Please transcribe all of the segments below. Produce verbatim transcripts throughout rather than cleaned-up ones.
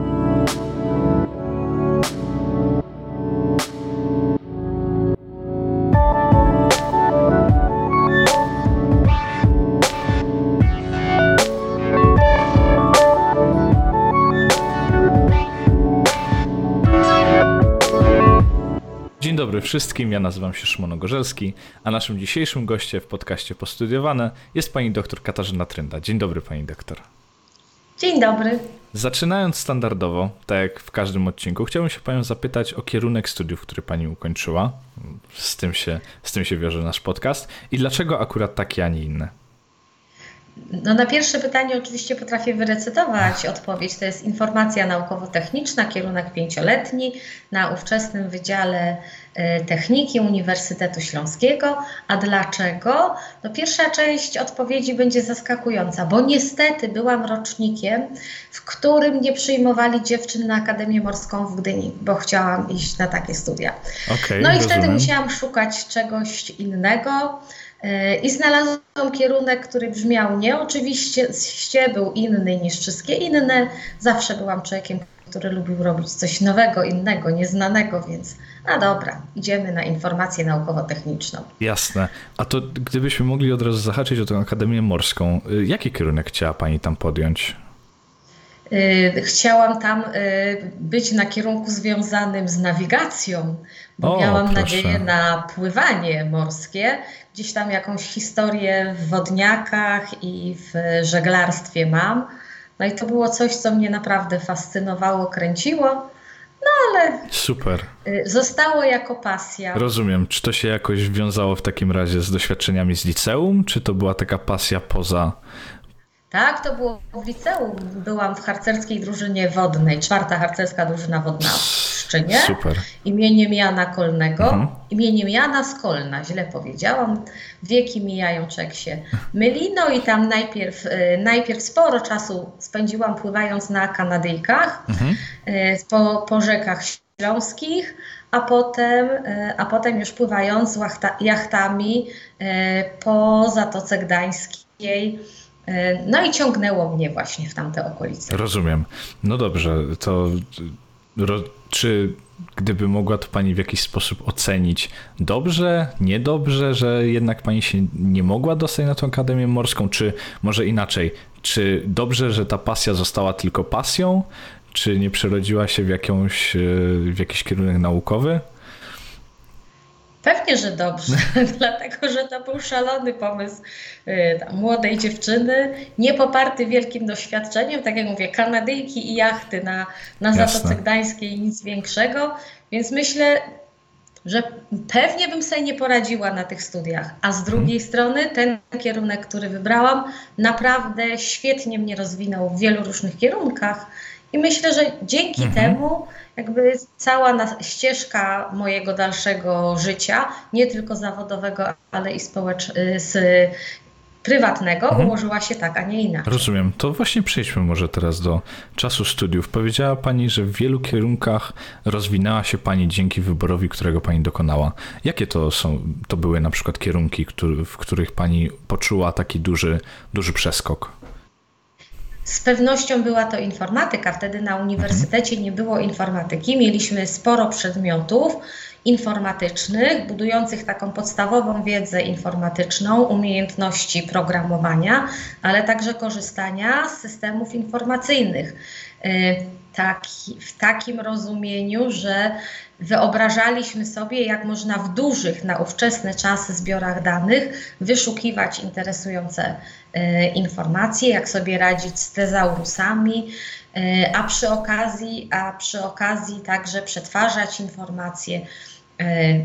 Dzień dobry wszystkim, ja nazywam się Szymon Ogorzelski, a naszym dzisiejszym gościem w podcaście Postudiowane jest pani doktor Katarzyna Trynda. Dzień dobry pani doktor. Dzień dobry. Zaczynając standardowo, tak jak w każdym odcinku, chciałbym się panią zapytać o kierunek studiów, który pani ukończyła. Z tym się, z tym się wiąże nasz podcast. I dlaczego akurat takie, a nie inne? No na pierwsze pytanie oczywiście potrafię wyrecytować odpowiedź. To jest informacja naukowo-techniczna, kierunek pięcioletni na ówczesnym Wydziale Techniki Uniwersytetu Śląskiego. A dlaczego? No pierwsza część odpowiedzi będzie zaskakująca, bo niestety byłam rocznikiem, w którym nie przyjmowali dziewczyn na Akademię Morską w Gdyni, bo chciałam iść na takie studia. Okay, no i rozumiem. Wtedy musiałam szukać czegoś innego. I znalazłam kierunek, który brzmiał nie oczywiście, był inny niż wszystkie inne. Zawsze byłam człowiekiem, który lubił robić coś nowego, innego, nieznanego, więc a dobra, idziemy na informację naukowo-techniczną. Jasne. A to gdybyśmy mogli od razu zahaczyć o tę Akademię Morską, jaki kierunek chciała pani tam podjąć? Chciałam tam być na kierunku związanym z nawigacją, bo o, miałam proszę. nadzieję na pływanie morskie. Gdzieś tam jakąś historię w wodniakach i w żeglarstwie mam. No i to było coś, co mnie naprawdę fascynowało, kręciło. No ale super. Zostało jako pasja. Rozumiem. Czy to się jakoś wiązało w takim razie z doświadczeniami z liceum, czy to była taka pasja poza... Tak, to było w liceum. Byłam w harcerskiej drużynie wodnej, czwarta harcerska drużyna wodna w Szczynie. Super. Imieniem Jana Kolnego. Mhm. Imieniem Jana z Kolna, źle powiedziałam. Wieki mijają, czek się myli. No i tam najpierw, najpierw sporo czasu spędziłam pływając na Kanadyjkach, mhm. po, po rzekach śląskich, a potem, a potem już pływając jachtami po Zatoce Gdańskiej. No i ciągnęło mnie właśnie w tamte okolice. Rozumiem. No dobrze, to ro, czy gdyby mogła to pani w jakiś sposób ocenić dobrze, niedobrze, że jednak pani się nie mogła dostać na tę Akademię Morską, czy może inaczej, czy dobrze, że ta pasja została tylko pasją, czy nie przerodziła się w, jakąś, w jakiś kierunek naukowy? Pewnie, że dobrze, dlatego że to był szalony pomysł y, młodej dziewczyny, nie poparty wielkim doświadczeniem, tak jak mówię, Kanadyjki i jachty na, na Zatoce Gdańskiej, nic większego, więc myślę, że pewnie bym sobie nie poradziła na tych studiach, a z drugiej hmm. strony ten kierunek, który wybrałam, naprawdę świetnie mnie rozwinął w wielu różnych kierunkach. I myślę, że dzięki mhm. temu jakby cała na, ścieżka mojego dalszego życia, nie tylko zawodowego, ale i społecz, z prywatnego, mhm. ułożyła się tak, a nie inaczej. Rozumiem. To właśnie przejdźmy może teraz do czasu studiów. Powiedziała pani, że w wielu kierunkach rozwinęła się pani dzięki wyborowi, którego pani dokonała. Jakie to są, to były na przykład kierunki, który, w których pani poczuła taki duży, duży przeskok? Z pewnością była to informatyka. Wtedy na uniwersytecie nie było informatyki. Mieliśmy sporo przedmiotów informatycznych, budujących taką podstawową wiedzę informatyczną, umiejętności programowania, ale także korzystania z systemów informacyjnych. Taki, w takim rozumieniu, że wyobrażaliśmy sobie, jak można w dużych na ówczesne czasy zbiorach danych wyszukiwać interesujące e, informacje, jak sobie radzić z tezaurusami, e, a przy okazji, a przy okazji także przetwarzać informacje, e,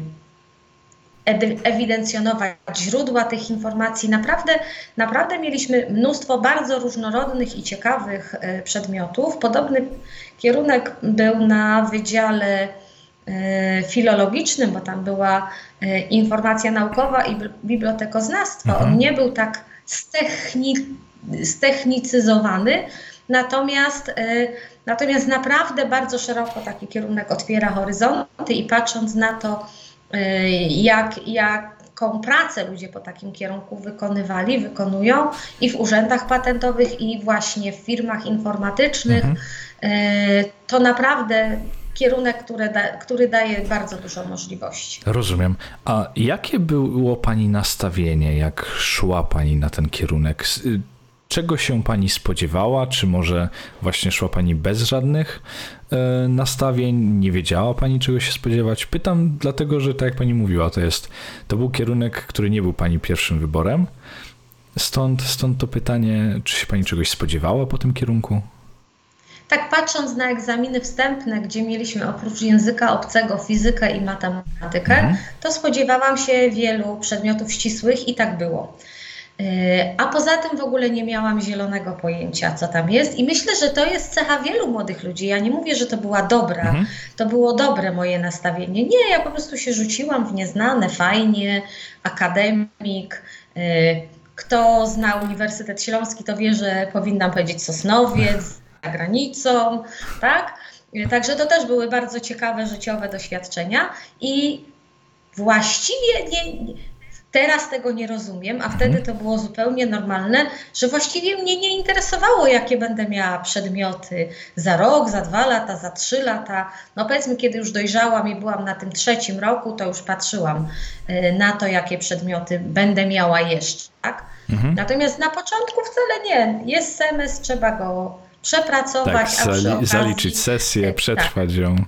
ewidencjonować źródła tych informacji. Naprawdę, naprawdę mieliśmy mnóstwo bardzo różnorodnych i ciekawych e, przedmiotów. Podobny kierunek był na Wydziale filologicznym, bo tam była informacja naukowa i bibliotekoznawstwo. On nie był tak stechni, stechnicyzowany, natomiast, natomiast naprawdę bardzo szeroko taki kierunek otwiera horyzonty i patrząc na to, jak, jaką pracę ludzie po takim kierunku wykonywali, wykonują i w urzędach patentowych, i właśnie w firmach informatycznych, mhm. to naprawdę kierunek, który, da, który daje bardzo dużo możliwości. Rozumiem. A jakie było pani nastawienie, jak szła pani na ten kierunek? Czego się pani spodziewała? Czy może właśnie szła pani bez żadnych e, nastawień? Nie wiedziała pani, czego się spodziewać? Pytam dlatego, że tak jak pani mówiła, to jest, to był kierunek, który nie był pani pierwszym wyborem. Stąd, stąd to pytanie, czy się pani czegoś spodziewała po tym kierunku? Tak patrząc na egzaminy wstępne, gdzie mieliśmy oprócz języka obcego fizykę i matematykę, mhm. to spodziewałam się wielu przedmiotów ścisłych i tak było. A poza tym w ogóle nie miałam zielonego pojęcia, co tam jest i myślę, że to jest cecha wielu młodych ludzi. Ja nie mówię, że to była dobra, mhm. to było dobre moje nastawienie. Nie, ja po prostu się rzuciłam w nieznane, fajnie, akademik. Kto zna Uniwersytet Śląski, to wie, że powinnam powiedzieć Sosnowiec, za granicą, tak? Także to też były bardzo ciekawe życiowe doświadczenia i właściwie nie... Teraz tego nie rozumiem, a wtedy to było zupełnie normalne, że właściwie mnie nie interesowało, jakie będę miała przedmioty za rok, za dwa lata, za trzy lata. No powiedzmy, kiedy już dojrzałam i byłam na tym trzecim roku, to już patrzyłam na to, jakie przedmioty będę miała jeszcze, tak? Mhm. Natomiast na początku wcale nie. Jest semestr, trzeba go przepracować, tak, a przy okazji, zaliczyć sesję, przetrwać tak. ją.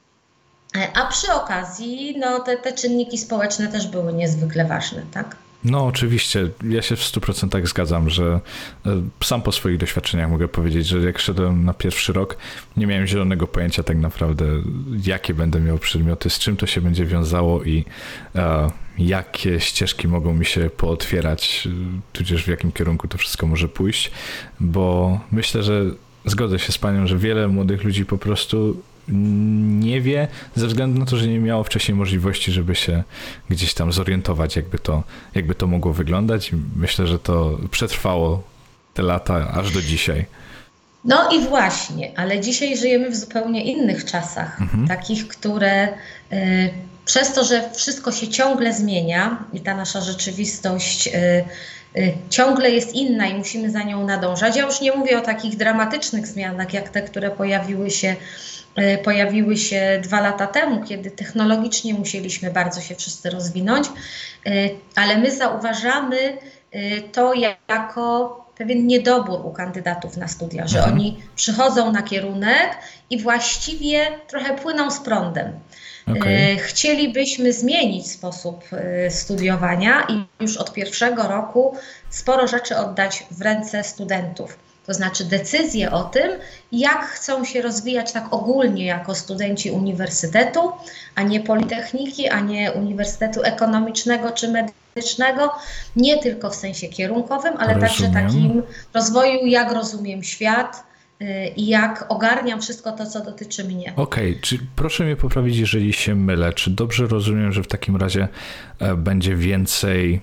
A przy okazji, no te, te czynniki społeczne też były niezwykle ważne, tak? No oczywiście, ja się w stu procentach zgadzam, że sam po swoich doświadczeniach mogę powiedzieć, że jak szedłem na pierwszy rok, nie miałem zielonego pojęcia tak naprawdę, jakie będę miał przedmioty, z czym to się będzie wiązało i e, jakie ścieżki mogą mi się pootwierać, tudzież w jakim kierunku to wszystko może pójść, bo myślę, że zgodzę się z panią, że wiele młodych ludzi po prostu nie wie, ze względu na to, że nie miało wcześniej możliwości, żeby się gdzieś tam zorientować, jakby to, jakby to mogło wyglądać. Myślę, że to przetrwało te lata aż do dzisiaj. No i właśnie, ale dzisiaj żyjemy w zupełnie innych czasach, mhm. takich, które y, przez to, że wszystko się ciągle zmienia i ta nasza rzeczywistość y, y, ciągle jest inna i musimy za nią nadążać. Ja już nie mówię o takich dramatycznych zmianach, jak te, które pojawiły się pojawiły się dwa lata temu, kiedy technologicznie musieliśmy bardzo się wszyscy rozwinąć, ale my zauważamy to jako pewien niedobór u kandydatów na studia, że mhm. oni przychodzą na kierunek i właściwie trochę płyną z prądem. Okay. Chcielibyśmy zmienić sposób studiowania i już od pierwszego roku sporo rzeczy oddać w ręce studentów. To znaczy decyzje o tym, jak chcą się rozwijać tak ogólnie jako studenci uniwersytetu, a nie politechniki, a nie Uniwersytetu Ekonomicznego czy Medycznego, nie tylko w sensie kierunkowym, ale rozumiem. Także takim rozwoju, jak rozumiem świat i jak ogarniam wszystko to, co dotyczy mnie. Okej, okay. Czy proszę mnie poprawić, jeżeli się mylę, czy dobrze rozumiem, że w takim razie będzie więcej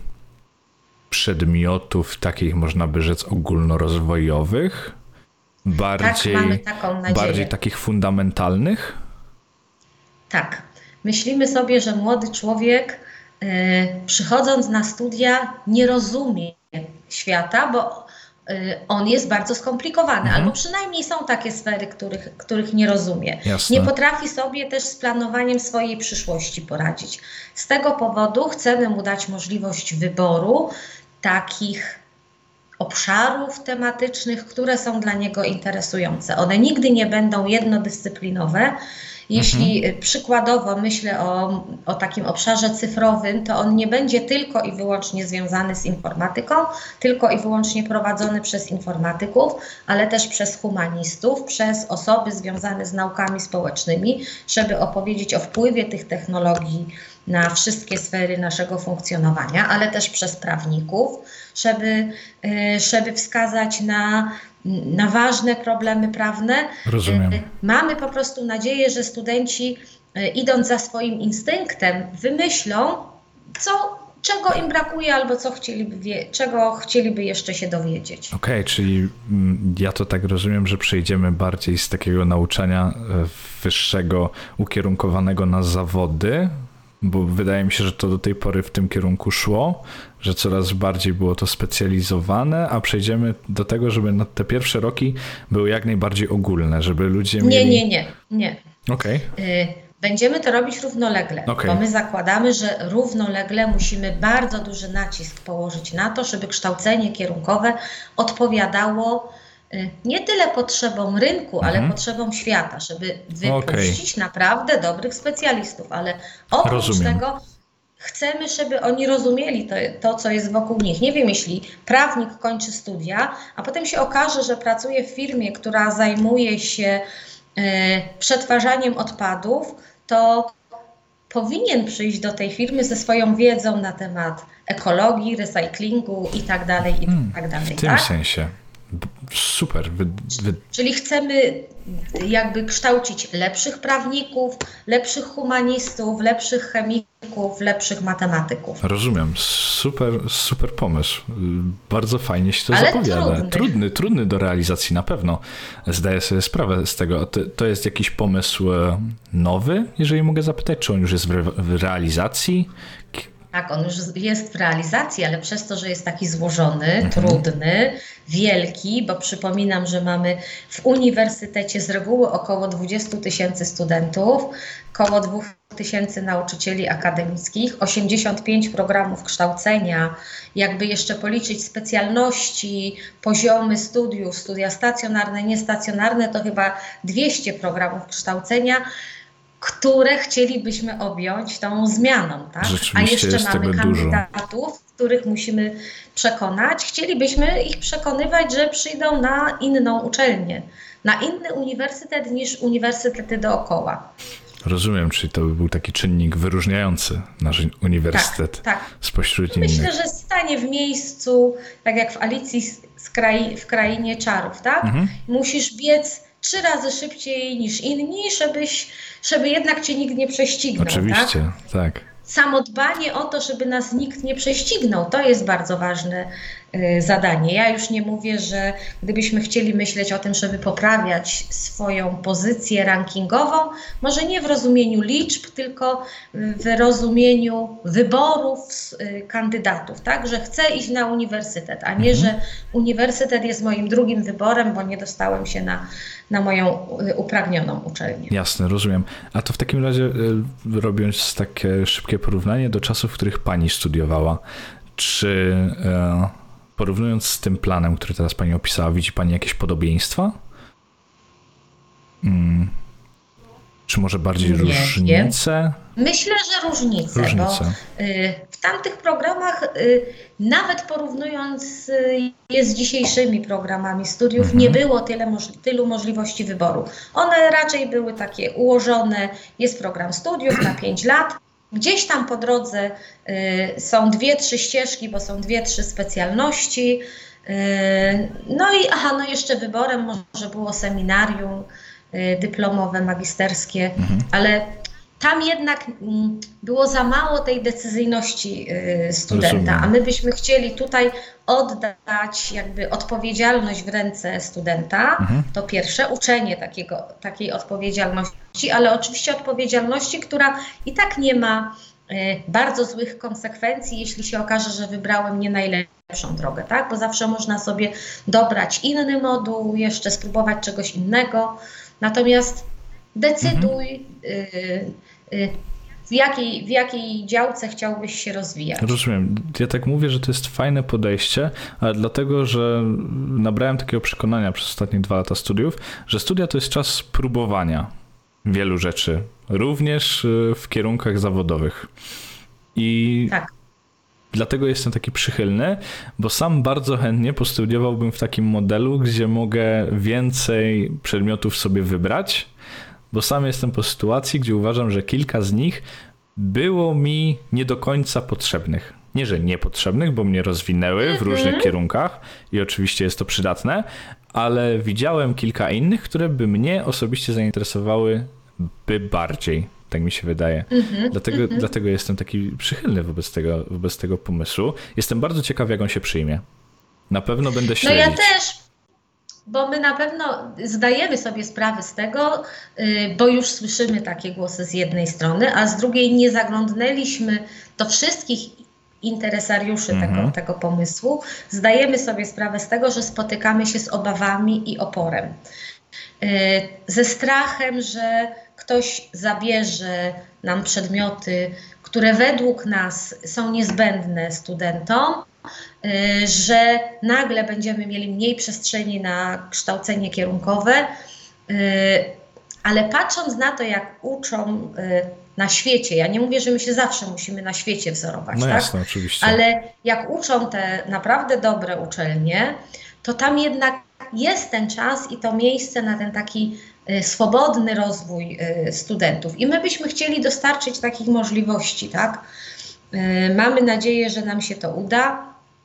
przedmiotów takich, można by rzec, ogólnorozwojowych? Bardziej, tak, mamy taką nadzieję. Bardziej takich fundamentalnych? Tak. Myślimy sobie, że młody człowiek yy, przychodząc na studia nie rozumie świata, bo yy, on jest bardzo skomplikowany, mhm. albo przynajmniej są takie sfery, których, których nie rozumie. Jasne. Nie potrafi sobie też z planowaniem swojej przyszłości poradzić. Z tego powodu chcemy mu dać możliwość wyboru takich obszarów tematycznych, które są dla niego interesujące. One nigdy nie będą jednodyscyplinowe. Jeśli mhm. przykładowo myślę o, o takim obszarze cyfrowym, to on nie będzie tylko i wyłącznie związany z informatyką, tylko i wyłącznie prowadzony przez informatyków, ale też przez humanistów, przez osoby związane z naukami społecznymi, żeby opowiedzieć o wpływie tych technologii na wszystkie sfery naszego funkcjonowania, ale też przez prawników, żeby, żeby wskazać na, na ważne problemy prawne. Rozumiem. Mamy po prostu nadzieję, że studenci, idąc za swoim instynktem, wymyślą, co, czego im brakuje albo co chcieliby wie, czego chcieliby jeszcze się dowiedzieć. Okej, okay, czyli ja to tak rozumiem, że przejdziemy bardziej z takiego nauczania wyższego, ukierunkowanego na zawody, bo wydaje mi się, że to do tej pory w tym kierunku szło, że coraz bardziej było to specjalizowane, a przejdziemy do tego, żeby na te pierwsze roki były jak najbardziej ogólne, żeby ludzie mieli... Nie, nie, nie, nie. Okej. Y, Będziemy to robić równolegle, Okej. bo my zakładamy, że równolegle musimy bardzo duży nacisk położyć na to, żeby kształcenie kierunkowe odpowiadało y, nie tyle potrzebom rynku, ale Mhm. potrzebom świata, żeby Okej. wypuścić naprawdę dobrych specjalistów, ale oprócz Rozumiem. tego chcemy, żeby oni rozumieli to, to, co jest wokół nich. Nie wiem, jeśli prawnik kończy studia, a potem się okaże, że pracuje w firmie, która zajmuje się y, przetwarzaniem odpadów, to powinien przyjść do tej firmy ze swoją wiedzą na temat ekologii, recyklingu i tak dalej, i tak dalej. W tym tak? sensie. B- Super. Wy, wy, Czyli chcemy jakby kształcić lepszych prawników, lepszych humanistów, lepszych chemików, lepszych matematyków. rozumiem. Super, super pomysł. Y, Bardzo fajnie się to Ale zapowiada. trudny. trudny, trudny do realizacji na pewno. Zdaję sobie sprawę z tego. To, to jest jakiś pomysł e, nowy, jeżeli mogę zapytać, czy on już jest w, re, w realizacji? K- Tak, on już jest w realizacji, ale przez to, że jest taki złożony, trudny, wielki, bo przypominam, że mamy w uniwersytecie z reguły około dwadzieścia tysięcy studentów, około dwa tysiące nauczycieli akademickich, osiemdziesiąt pięć programów kształcenia, jakby jeszcze policzyć specjalności, poziomy studiów, studia stacjonarne, niestacjonarne, to chyba dwieście programów kształcenia, które chcielibyśmy objąć tą zmianą, tak? Rzeczywiście A jeszcze jest mamy tego dużo. kandydatów, których musimy przekonać. Chcielibyśmy ich przekonywać, że przyjdą na inną uczelnię, na inny uniwersytet niż uniwersytety dookoła. Rozumiem, czyli to by był taki czynnik wyróżniający nasz uniwersytet Tak, tak. spośród Myślę, innych. że stanie w miejscu, tak jak w Alicji z krai, w Krainie Czarów, tak? Mhm. Musisz biec trzy razy szybciej niż inni, żebyś, żeby jednak cię nikt nie prześcignął, tak? Oczywiście, tak. Samo dbanie o to, żeby nas nikt nie prześcignął, to jest bardzo ważne y, zadanie. Ja już nie mówię, że gdybyśmy chcieli myśleć o tym, żeby poprawiać swoją pozycję rankingową, może nie w rozumieniu liczb, tylko w rozumieniu wyborów y, kandydatów, tak? Że chcę iść na uniwersytet, a nie, że uniwersytet jest moim drugim wyborem, bo nie dostałem się na, na moją y, upragnioną uczelnię. Jasne, rozumiem. A to w takim razie, y, robiąc takie szybkie porównanie do czasów, w których pani studiowała, czy e, porównując z tym planem, który teraz pani opisała, widzi pani jakieś podobieństwa? Hmm. Czy może bardziej Nie różnice? Myślę, że różnice, Różnice. bo y, w tamtych programach, y, nawet porównując y, je z dzisiejszymi programami studiów, Mhm. nie było tyle moż- tylu możliwości wyboru. One raczej były takie ułożone, jest program studiów na pięć lat, gdzieś tam po drodze y, są dwie, trzy ścieżki, bo są dwie, trzy specjalności. Y, no i aha, no jeszcze wyborem może było seminarium y, dyplomowe, magisterskie, Mhm. ale tam jednak mm, było za mało tej decyzyjności y, studenta, Rozumiem. a my byśmy chcieli tutaj oddać jakby odpowiedzialność w ręce studenta. Mhm. To pierwsze, uczenie takiego, takiej odpowiedzialności, ale oczywiście odpowiedzialności, która i tak nie ma y, bardzo złych konsekwencji, jeśli się okaże, że wybrałem nie najlepszą drogę, tak? Bo zawsze można sobie dobrać inny moduł, jeszcze spróbować czegoś innego. Natomiast decyduj, y, y, w jakiej, w jakiej działce chciałbyś się rozwijać. Rozumiem. Ja tak mówię, że to jest fajne podejście, ale dlatego, że nabrałem takiego przekonania przez ostatnie dwa lata studiów, że studia to jest czas próbowania wielu rzeczy, również y, w kierunkach zawodowych. I Tak. dlatego jestem taki przychylny, bo sam bardzo chętnie postudiowałbym w takim modelu, gdzie mogę więcej przedmiotów sobie wybrać, bo sam jestem po sytuacji, gdzie uważam, że kilka z nich było mi nie do końca potrzebnych. Nie, że niepotrzebnych, bo mnie rozwinęły w różnych kierunkach i oczywiście jest to przydatne, ale widziałem kilka innych, które by mnie osobiście zainteresowały by bardziej. Tak mi się wydaje. Mhm, Dlatego, mhm. dlatego jestem taki przychylny wobec tego, wobec tego pomysłu. Jestem bardzo ciekaw, jak on się przyjmie. Na pewno będę No śledzić. ja też, bo my na pewno zdajemy sobie sprawę z tego, bo już słyszymy takie głosy z jednej strony, a z drugiej nie zaglądnęliśmy do wszystkich interesariuszy Mhm. tego, tego pomysłu. Zdajemy sobie sprawę z tego, że spotykamy się z obawami i oporem. Ze strachem, że ktoś zabierze nam przedmioty, które według nas są niezbędne studentom, że nagle będziemy mieli mniej przestrzeni na kształcenie kierunkowe, ale patrząc na to, jak uczą na świecie, ja nie mówię, że my się zawsze musimy na świecie wzorować, No tak? jasne, oczywiście. Ale jak uczą te naprawdę dobre uczelnie, to tam jednak jest ten czas i to miejsce na ten taki swobodny rozwój studentów. I my byśmy chcieli dostarczyć takich możliwości, tak? Mamy nadzieję, że nam się to uda.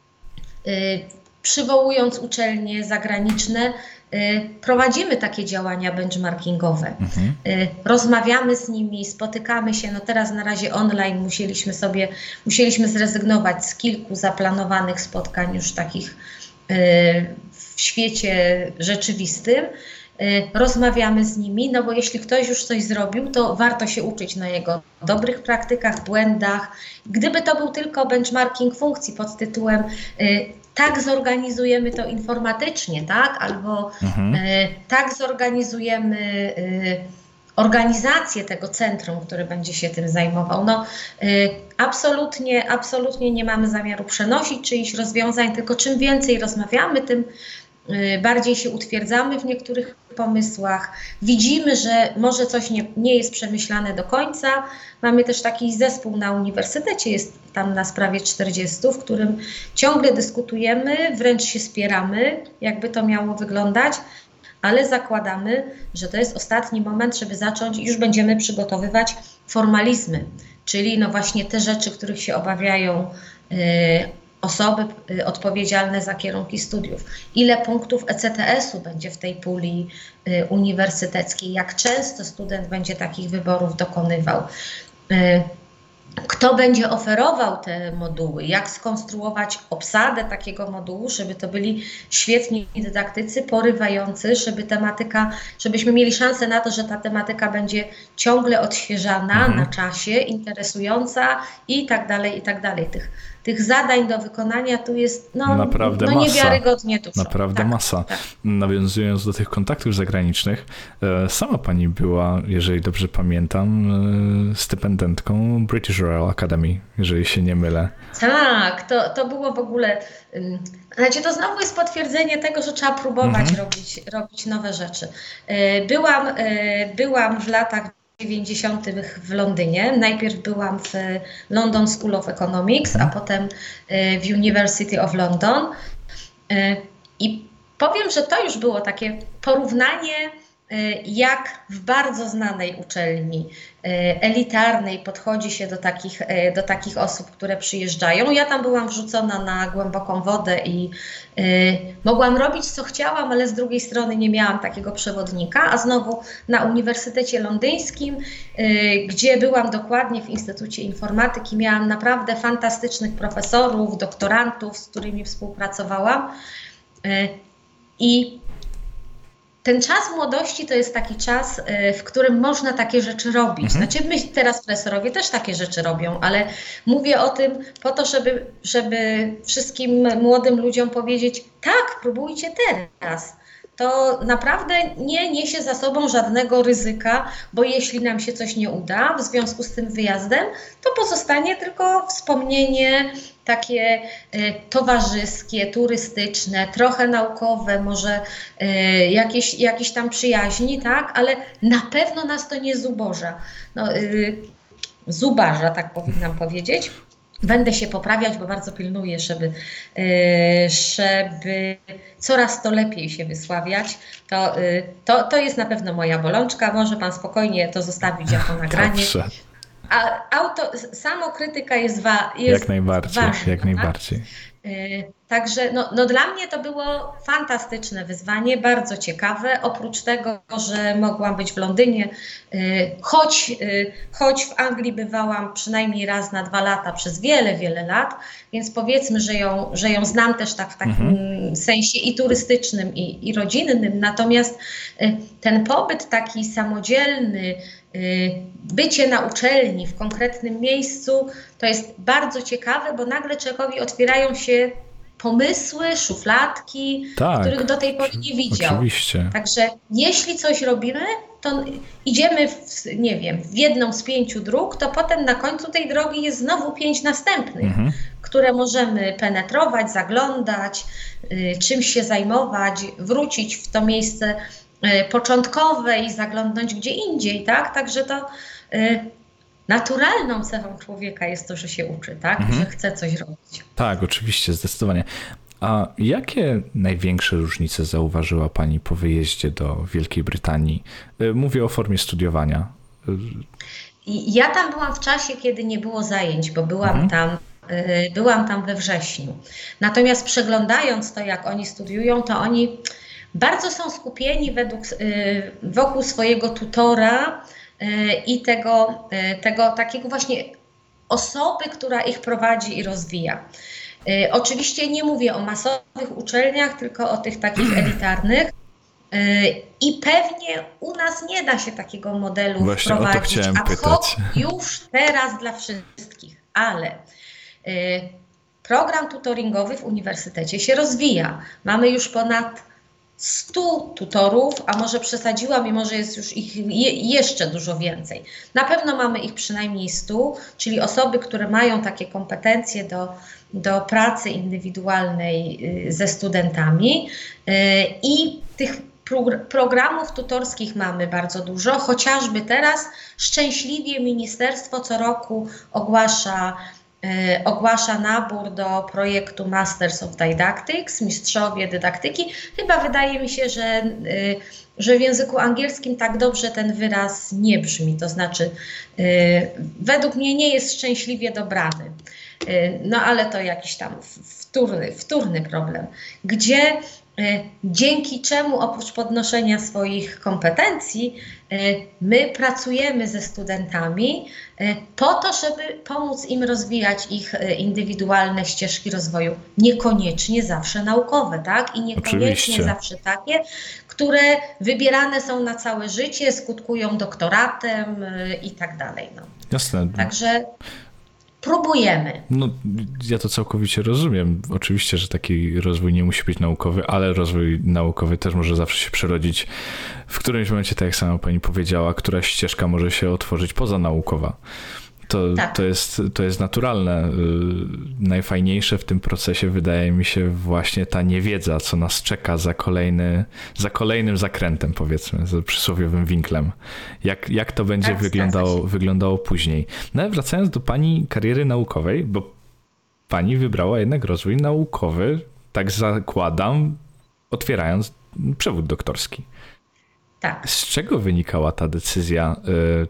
Przywołując uczelnie zagraniczne, prowadzimy takie działania benchmarkingowe. Mhm. Rozmawiamy z nimi, spotykamy się. No teraz na razie online musieliśmy sobie, musieliśmy zrezygnować z kilku zaplanowanych spotkań już takich w świecie rzeczywistym. Rozmawiamy z nimi, no bo jeśli ktoś już coś zrobił, to warto się uczyć na jego dobrych praktykach, błędach. Gdyby to był tylko benchmarking funkcji pod tytułem tak zorganizujemy to informatycznie, tak? Albo mhm. tak zorganizujemy organizację tego centrum, które będzie się tym zajmował. No, absolutnie, absolutnie nie mamy zamiaru przenosić czyichś rozwiązań, tylko czym więcej rozmawiamy, tym bardziej się utwierdzamy w niektórych pomysłach. Widzimy, że może coś nie, nie jest przemyślane do końca. Mamy też taki zespół na uniwersytecie, jest tam nas prawie czterdziestu, w którym ciągle dyskutujemy, wręcz się spieramy, jakby to miało wyglądać, ale zakładamy, że to jest ostatni moment, żeby zacząć i już będziemy przygotowywać formalizmy, czyli no właśnie te rzeczy, których się obawiają yy, osoby odpowiedzialne za kierunki studiów. Ile punktów E C T S-u będzie w tej puli y, uniwersyteckiej? Jak często student będzie takich wyborów dokonywał? Y, kto będzie oferował te moduły? Jak skonstruować obsadę takiego modułu, żeby to byli świetni dydaktycy, porywający, żeby tematyka, żebyśmy mieli szansę na to, że ta tematyka będzie ciągle odświeżana mhm. na czasie, interesująca i tak dalej, i tak dalej. Tych Tych zadań do wykonania tu jest no, naprawdę no niewiarygodnie masa. dużo. Naprawdę tak, masa. Tak. Nawiązując do tych kontaktów zagranicznych, sama pani była, jeżeli dobrze pamiętam, stypendentką British Royal Academy, jeżeli się nie mylę. Tak, to, to było w ogóle... Znaczy to znowu jest potwierdzenie tego, że trzeba próbować mhm. robić, robić nowe rzeczy. Byłam, byłam w latach dziewięćdziesiątych w Londynie. Najpierw byłam w London School of Economics, a potem w University of London. I powiem, że to już było takie porównanie, jak w bardzo znanej uczelni elitarnej podchodzi się do takich, do takich osób, które przyjeżdżają. Ja tam byłam wrzucona na głęboką wodę i y, mogłam robić co chciałam, ale z drugiej strony nie miałam takiego przewodnika, a znowu na Uniwersytecie Londyńskim, y, gdzie byłam dokładnie w Instytucie Informatyki, miałam naprawdę fantastycznych profesorów, doktorantów, z którymi współpracowałam y, i ten czas młodości to jest taki czas, w którym można takie rzeczy robić. Mhm. Znaczy my teraz profesorowie też takie rzeczy robią, ale mówię o tym po to, żeby, żeby wszystkim młodym ludziom powiedzieć, tak, próbujcie teraz. To naprawdę nie niesie za sobą żadnego ryzyka, bo jeśli nam się coś nie uda w związku z tym wyjazdem, to pozostanie tylko wspomnienie takie y, towarzyskie, turystyczne, trochę naukowe, może y, jakieś, jakieś tam przyjaźni, tak, ale na pewno nas to nie zuboża. No, y, zubaża, tak powinnam powiedzieć. Będę się poprawiać, bo bardzo pilnuję, żeby, yy, żeby coraz to lepiej się wysławiać. To, yy, to, to jest na pewno moja bolączka. Może Pan spokojnie to zostawić jako nagranie. Dobrze. A auto, samokrytyka jest, wa, jest jak najbardziej, ważna. Jak najbardziej. Yy, Także no, no dla mnie to było fantastyczne wyzwanie, bardzo ciekawe. Oprócz tego, że mogłam być w Londynie, choć, choć w Anglii bywałam przynajmniej raz na dwa lata przez wiele, wiele lat, więc powiedzmy, że ją, że ją znam też tak w takim mhm. sensie i turystycznym, i, i rodzinnym. Natomiast ten pobyt taki samodzielny, bycie na uczelni w konkretnym miejscu, to jest bardzo ciekawe, bo nagle człowiekowi otwierają się pomysły, szufladki, tak, których do tej pory nie widział. Oczywiście. Także jeśli coś robimy, to idziemy w, nie wiem, w jedną z pięciu dróg, to potem na końcu tej drogi jest znowu pięć następnych, mhm. które możemy penetrować, zaglądać, y, czymś się zajmować, wrócić w to miejsce y, początkowe i zaglądnąć gdzie indziej, tak? Także to y, naturalną cechą człowieka jest to, że się uczy, tak? Mhm. Że chce coś robić. Tak, oczywiście, zdecydowanie. A jakie największe różnice zauważyła Pani po wyjeździe do Wielkiej Brytanii? Mówię o formie studiowania. Ja tam byłam w czasie, kiedy nie było zajęć, bo byłam mhm. tam, byłam tam we wrześniu. Natomiast przeglądając to, jak oni studiują, to oni bardzo są skupieni według, wokół swojego tutora i tego, tego takiego właśnie osoby, która ich prowadzi i rozwija. Y, oczywiście nie mówię o masowych uczelniach, tylko o tych takich elitarnych. Y, I pewnie u nas nie da się takiego modelu Właśnie wprowadzić o to chciałem ad hoc pytać. już teraz dla wszystkich, ale y, program tutoringowy w uniwersytecie się rozwija. Mamy już ponad stu tutorów, a może przesadziłam i może jest już ich je, jeszcze dużo więcej. Na pewno mamy ich przynajmniej stu, czyli osoby, które mają takie kompetencje do, do pracy indywidualnej ze studentami i tych programów tutorskich mamy bardzo dużo, chociażby teraz szczęśliwie ministerstwo co roku ogłasza ogłasza nabór do projektu Masters of Didactics, mistrzowie dydaktyki. Chyba wydaje mi się, że, że w języku angielskim tak dobrze ten wyraz nie brzmi, to znaczy według mnie nie jest szczęśliwie dobrany. No ale to jakiś tam wtórny, wtórny problem, gdzie dzięki czemu oprócz podnoszenia swoich kompetencji my pracujemy ze studentami po to, żeby pomóc im rozwijać ich indywidualne ścieżki rozwoju. Niekoniecznie zawsze naukowe, tak? I niekoniecznie Oczywiście. zawsze takie, które wybierane są na całe życie, skutkują doktoratem i tak dalej. No. Jasne. Także próbujemy. No, ja to całkowicie rozumiem. Oczywiście, że taki rozwój nie musi być naukowy, ale rozwój naukowy też może zawsze się przerodzić w którymś momencie, tak jak sama pani powiedziała, która ścieżka może się otworzyć pozanaukowa. To, tak. to, jest, to jest naturalne. Najfajniejsze w tym procesie wydaje mi się właśnie ta niewiedza, co nas czeka za, kolejny, za kolejnym zakrętem, powiedzmy, za przysłowiowym winklem. Jak, jak to będzie tak, wyglądało, wyglądało później. No ale wracając do pani kariery naukowej, bo pani wybrała jednak rozwój naukowy, tak zakładam, otwierając przewód doktorski. Tak. Z czego wynikała ta decyzja, y,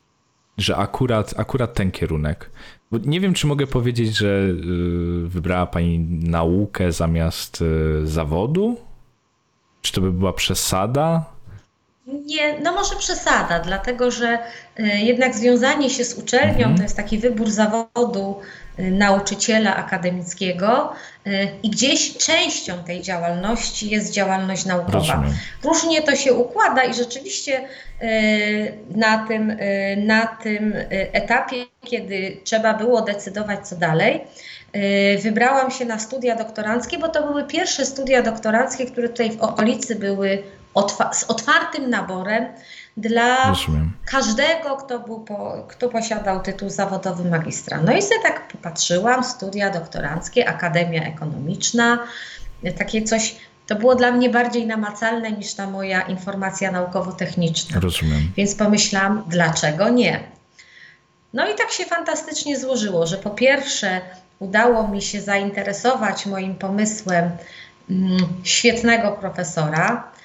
że akurat, akurat ten kierunek? Bo nie wiem, czy mogę powiedzieć, że y, wybrała pani naukę zamiast y, zawodu? Czy to by była przesada? Nie, no może przesada, dlatego że y, jednak związanie się z uczelnią mhm. to jest taki wybór zawodu y, nauczyciela akademickiego y, i gdzieś częścią tej działalności jest działalność naukowa. Rozumiem. Różnie to się układa i rzeczywiście y, na, tym, y, na tym etapie, kiedy trzeba było decydować co dalej, y, wybrałam się na studia doktoranckie, bo to były pierwsze studia doktoranckie, które tutaj w okolicy były Otwa- z otwartym naborem dla Rozumiem. każdego, kto, był po, kto posiadał tytuł zawodowy magistra. No i sobie tak popatrzyłam, studia doktoranckie, Akademia Ekonomiczna, takie coś, to było dla mnie bardziej namacalne niż ta moja informacja naukowo-techniczna. Rozumiem. Więc pomyślałam, dlaczego nie? No i tak się fantastycznie złożyło, że po pierwsze udało mi się zainteresować moim pomysłem mm, świetnego profesora,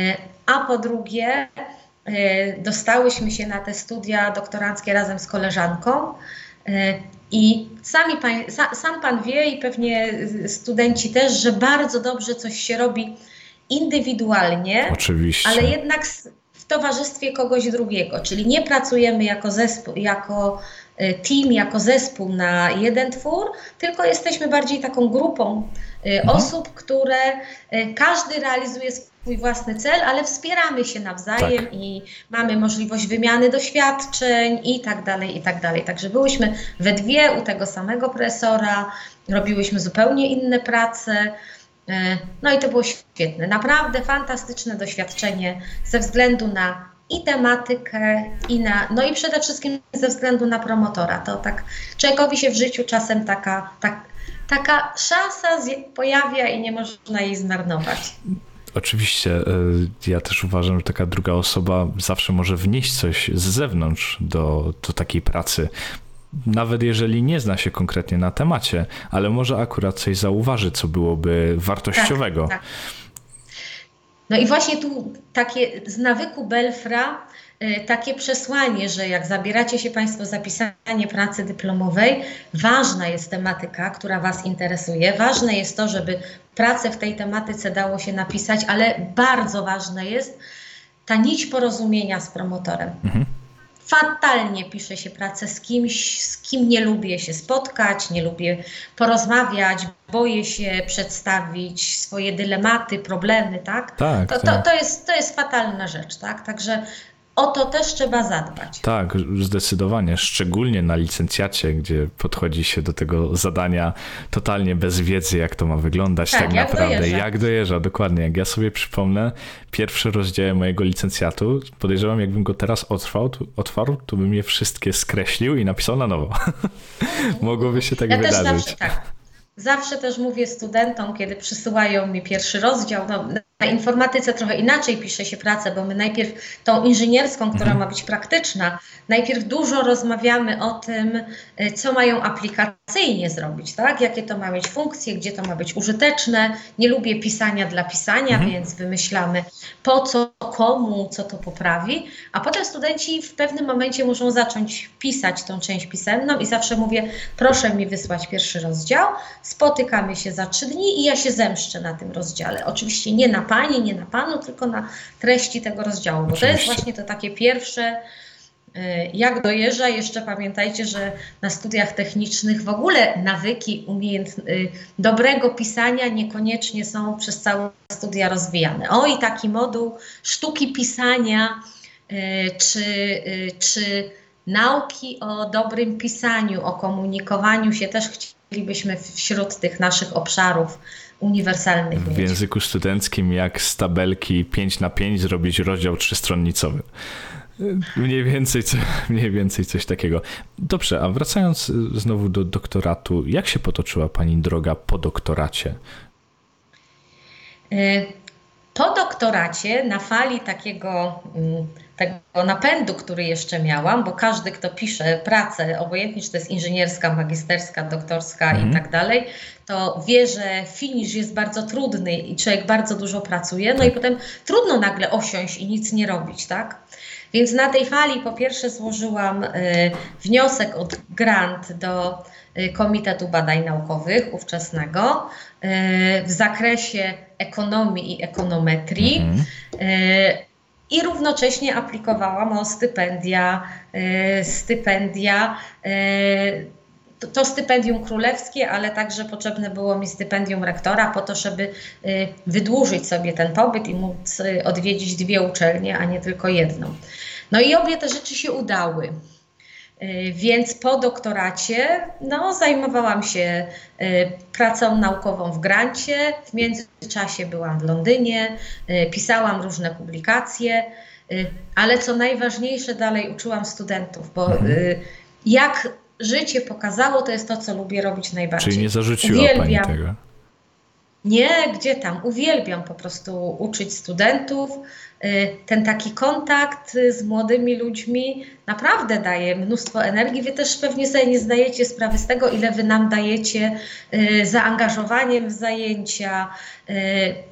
a po drugie dostałyśmy się na te studia doktoranckie razem z koleżanką I sami pan, sam Pan wie i pewnie studenci też, że bardzo dobrze coś się robi indywidualnie, Oczywiście. ale jednak w towarzystwie kogoś drugiego, czyli nie pracujemy jako zespół, jako team, jako zespół na jeden twór, tylko jesteśmy bardziej taką grupą mhm. osób, które każdy realizuje swój własny cel, ale wspieramy się nawzajem tak. i mamy możliwość wymiany doświadczeń i tak dalej, i tak dalej. Także byłyśmy we dwie u tego samego profesora, robiłyśmy zupełnie inne prace. No i to było świetne, naprawdę fantastyczne doświadczenie ze względu na i tematykę, i na, no i przede wszystkim ze względu na promotora. To tak człowiekowi się w życiu czasem taka, tak, taka szansa pojawia i nie można jej zmarnować. Oczywiście, ja też uważam, że taka druga osoba zawsze może wnieść coś z zewnątrz do, do takiej pracy. Nawet jeżeli nie zna się konkretnie na temacie, ale może akurat coś zauważy, co byłoby wartościowego. Tak, tak. No i właśnie tu takie z nawyku Belfra, y, takie przesłanie, że jak zabieracie się Państwo za pisanie pracy dyplomowej, ważna jest tematyka, która Was interesuje, ważne jest to, żeby pracę w tej tematyce dało się napisać, ale bardzo ważne jest ta nić porozumienia z promotorem. Mhm. Fatalnie pisze się pracę z kimś, z kim nie lubię się spotkać, nie lubię porozmawiać, boję się przedstawić swoje dylematy, problemy, tak? Tak, to, tak. To, to, jest, to jest fatalna rzecz, tak? Także o to też trzeba zadbać. Tak, zdecydowanie. Szczególnie na licencjacie, gdzie podchodzi się do tego zadania totalnie bez wiedzy, jak to ma wyglądać tak, tak jak naprawdę. Dojeżdża. Jak dojeżdża, dokładnie. Jak ja sobie przypomnę, pierwsze rozdziały mojego licencjatu, podejrzewam, jakbym go teraz otwarł, to, otwarł, to bym je wszystkie skreślił i napisał na nowo. Mogłoby się tak ja wydarzyć. Też zawsze, tak. Zawsze też mówię studentom, kiedy przysyłają mi pierwszy rozdział, no, na informatyce trochę inaczej pisze się pracę, bo my najpierw tą inżynierską, która mhm. ma być praktyczna, najpierw dużo rozmawiamy o tym, co mają aplikacyjnie zrobić, tak? Jakie to ma mieć funkcje, gdzie to ma być użyteczne. Nie lubię pisania dla pisania, mhm. więc wymyślamy po co, komu, co to poprawi, a potem studenci w pewnym momencie muszą zacząć pisać tą część pisemną i zawsze mówię, proszę mi wysłać pierwszy rozdział, spotykamy się za trzy dni i ja się zemszczę na tym rozdziale. Oczywiście nie na Pani, nie na Panu, tylko na treści tego rozdziału, bo Oczywiście. To jest właśnie to takie pierwsze, jak dojeżdża. Jeszcze pamiętajcie, że na studiach technicznych w ogóle nawyki umiejętn- dobrego pisania niekoniecznie są przez całe studia rozwijane. O i taki moduł sztuki pisania, czy, czy nauki o dobrym pisaniu, o komunikowaniu się też chcielibyśmy wśród tych naszych obszarów uniwersalnych. W języku studenckim jak z tabelki pięć na pięć zrobić rozdział trzystronnicowy. Mniej więcej, co, mniej więcej coś takiego. Dobrze, a wracając znowu do doktoratu, jak się potoczyła Pani droga po doktoracie? Po doktoracie, na fali takiego, tego napędu, który jeszcze miałam, bo każdy, kto pisze pracę, obojętnie czy to jest inżynierska, magisterska, doktorska mhm. i tak dalej, to wie, że finisz jest bardzo trudny i człowiek bardzo dużo pracuje, no tak. i potem trudno nagle osiąść i nic nie robić, tak? Więc na tej fali po pierwsze złożyłam y, wniosek o grant do y, Komitetu Badań Naukowych ówczesnego y, w zakresie ekonomii i ekonometrii mhm. y, i równocześnie aplikowałam o stypendia, y, stypendia y, to, to stypendium królewskie, ale także potrzebne było mi stypendium rektora po to, żeby y, wydłużyć sobie ten pobyt i móc y, odwiedzić dwie uczelnie, a nie tylko jedną. No i obie te rzeczy się udały. Y, więc po doktoracie no, zajmowałam się y, pracą naukową w grancie. W międzyczasie byłam w Londynie, y, pisałam różne publikacje, y, ale co najważniejsze dalej uczyłam studentów, bo y, jak życie pokazało, to jest to, co lubię robić najbardziej. Czyli nie zarzuciła Uwielbiam. Pani tego? Nie, gdzie tam. Uwielbiam po prostu uczyć studentów. Ten taki kontakt z młodymi ludźmi naprawdę daje mnóstwo energii. Wy też pewnie sobie nie zdajecie sprawy z tego, ile wy nam dajecie zaangażowaniem w zajęcia.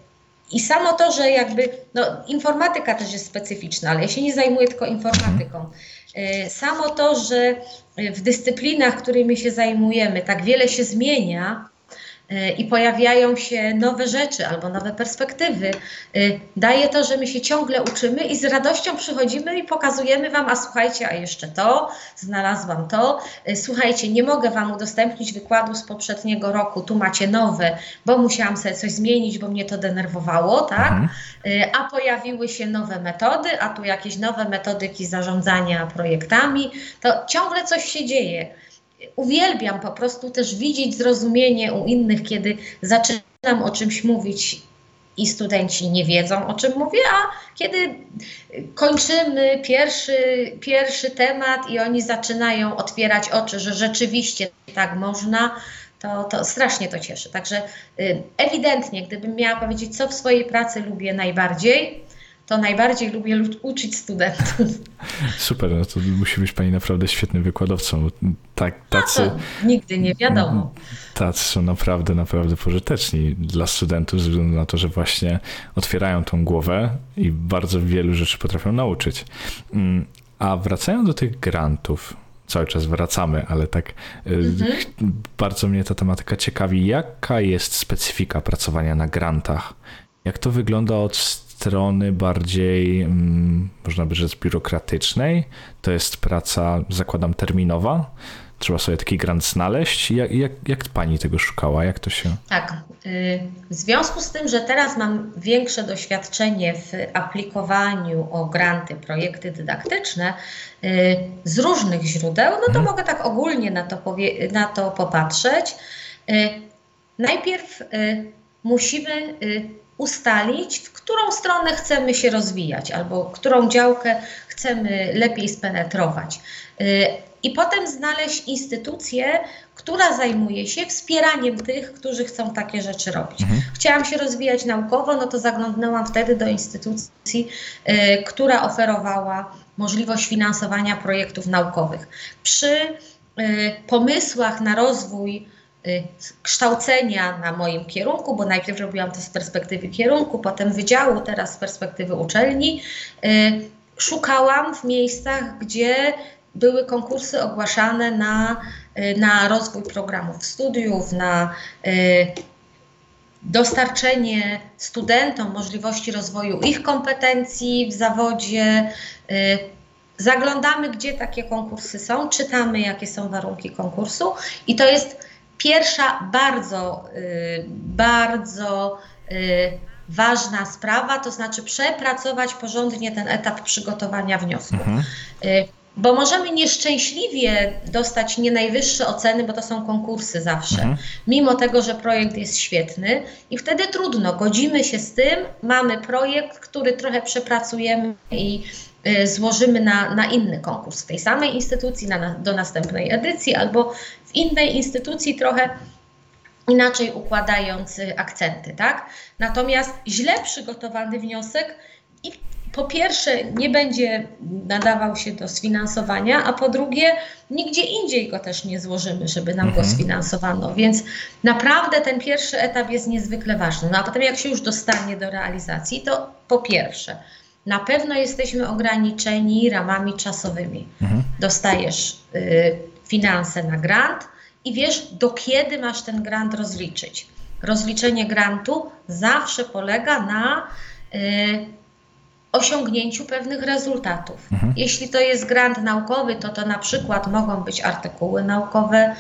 I samo to, że jakby, no informatyka też jest specyficzna, ale ja się nie zajmuję tylko informatyką. Samo to, że w dyscyplinach, którymi się zajmujemy, tak wiele się zmienia i pojawiają się nowe rzeczy albo nowe perspektywy, daje to, że my się ciągle uczymy i z radością przychodzimy i pokazujemy Wam, a słuchajcie, a jeszcze to, znalazłam to, słuchajcie, nie mogę Wam udostępnić wykładu z poprzedniego roku, tu macie nowe, bo musiałam sobie coś zmienić, bo mnie to denerwowało, tak? Mhm. A pojawiły się nowe metody, a tu jakieś nowe metodyki zarządzania projektami, to ciągle coś się dzieje. Uwielbiam po prostu też widzieć zrozumienie u innych, kiedy zaczynam o czymś mówić i studenci nie wiedzą, o czym mówię, a kiedy kończymy pierwszy, pierwszy temat i oni zaczynają otwierać oczy, że rzeczywiście tak można, to, to strasznie to cieszy. Także ewidentnie, gdybym miała powiedzieć, co w swojej pracy lubię najbardziej, to najbardziej lubię uczyć studentów. Super, no to musi być Pani naprawdę świetnym wykładowcą. Tak, tacy, no nigdy nie wiadomo. Tacy są naprawdę, naprawdę pożyteczni dla studentów, ze względu na to, że właśnie otwierają tą głowę i bardzo wielu rzeczy potrafią nauczyć. A wracając do tych grantów, cały czas wracamy, ale tak mhm. bardzo mnie ta tematyka ciekawi. Jaka jest specyfika pracowania na grantach? Jak to wygląda od strony bardziej, hmm, można by rzec, biurokratycznej? To jest praca, zakładam, terminowa? Trzeba sobie taki grant znaleźć? Jak, jak, jak Pani tego szukała? Jak to się... Tak. W związku z tym, że teraz mam większe doświadczenie w aplikowaniu o granty, projekty dydaktyczne z różnych źródeł, no to hmm. mogę tak ogólnie na to, powie, na to popatrzeć. Najpierw musimy ustalić, w którą stronę chcemy się rozwijać albo którą działkę chcemy lepiej spenetrować. I potem znaleźć instytucję, która zajmuje się wspieraniem tych, którzy chcą takie rzeczy robić. Mhm. Chciałam się rozwijać naukowo, no to zaglądnęłam wtedy do instytucji, y, która oferowała możliwość finansowania projektów naukowych. Przy y, pomysłach na rozwój y, kształcenia na moim kierunku, bo najpierw robiłam to z perspektywy kierunku, potem wydziału, teraz z perspektywy uczelni, y, szukałam w miejscach, gdzie były konkursy ogłaszane na, na rozwój programów studiów, na y, dostarczenie studentom możliwości rozwoju ich kompetencji w zawodzie. Y, zaglądamy, gdzie takie konkursy są, czytamy, jakie są warunki konkursu i to jest pierwsza bardzo, y, bardzo y, ważna sprawa, to znaczy przepracować porządnie ten etap przygotowania wniosku. Mhm. Y, Bo możemy nieszczęśliwie dostać nie najwyższe oceny, bo to są konkursy zawsze, mhm. mimo tego, że projekt jest świetny i wtedy trudno, godzimy się z tym, mamy projekt, który trochę przepracujemy i y, złożymy na, na inny konkurs w tej samej instytucji, na, do następnej edycji albo w innej instytucji trochę inaczej układając akcenty, tak? Natomiast źle przygotowany wniosek i po pierwsze nie będzie nadawał się do sfinansowania, a po drugie nigdzie indziej go też nie złożymy, żeby nam mhm. go sfinansowano, więc naprawdę ten pierwszy etap jest niezwykle ważny. No a potem jak się już dostanie do realizacji, to po pierwsze na pewno jesteśmy ograniczeni ramami czasowymi. Mhm. Dostajesz y, finanse na grant i wiesz, do kiedy masz ten grant rozliczyć. Rozliczenie grantu zawsze polega na y, osiągnięciu pewnych rezultatów. Mhm. Jeśli to jest grant naukowy, to to na przykład mogą być artykuły naukowe.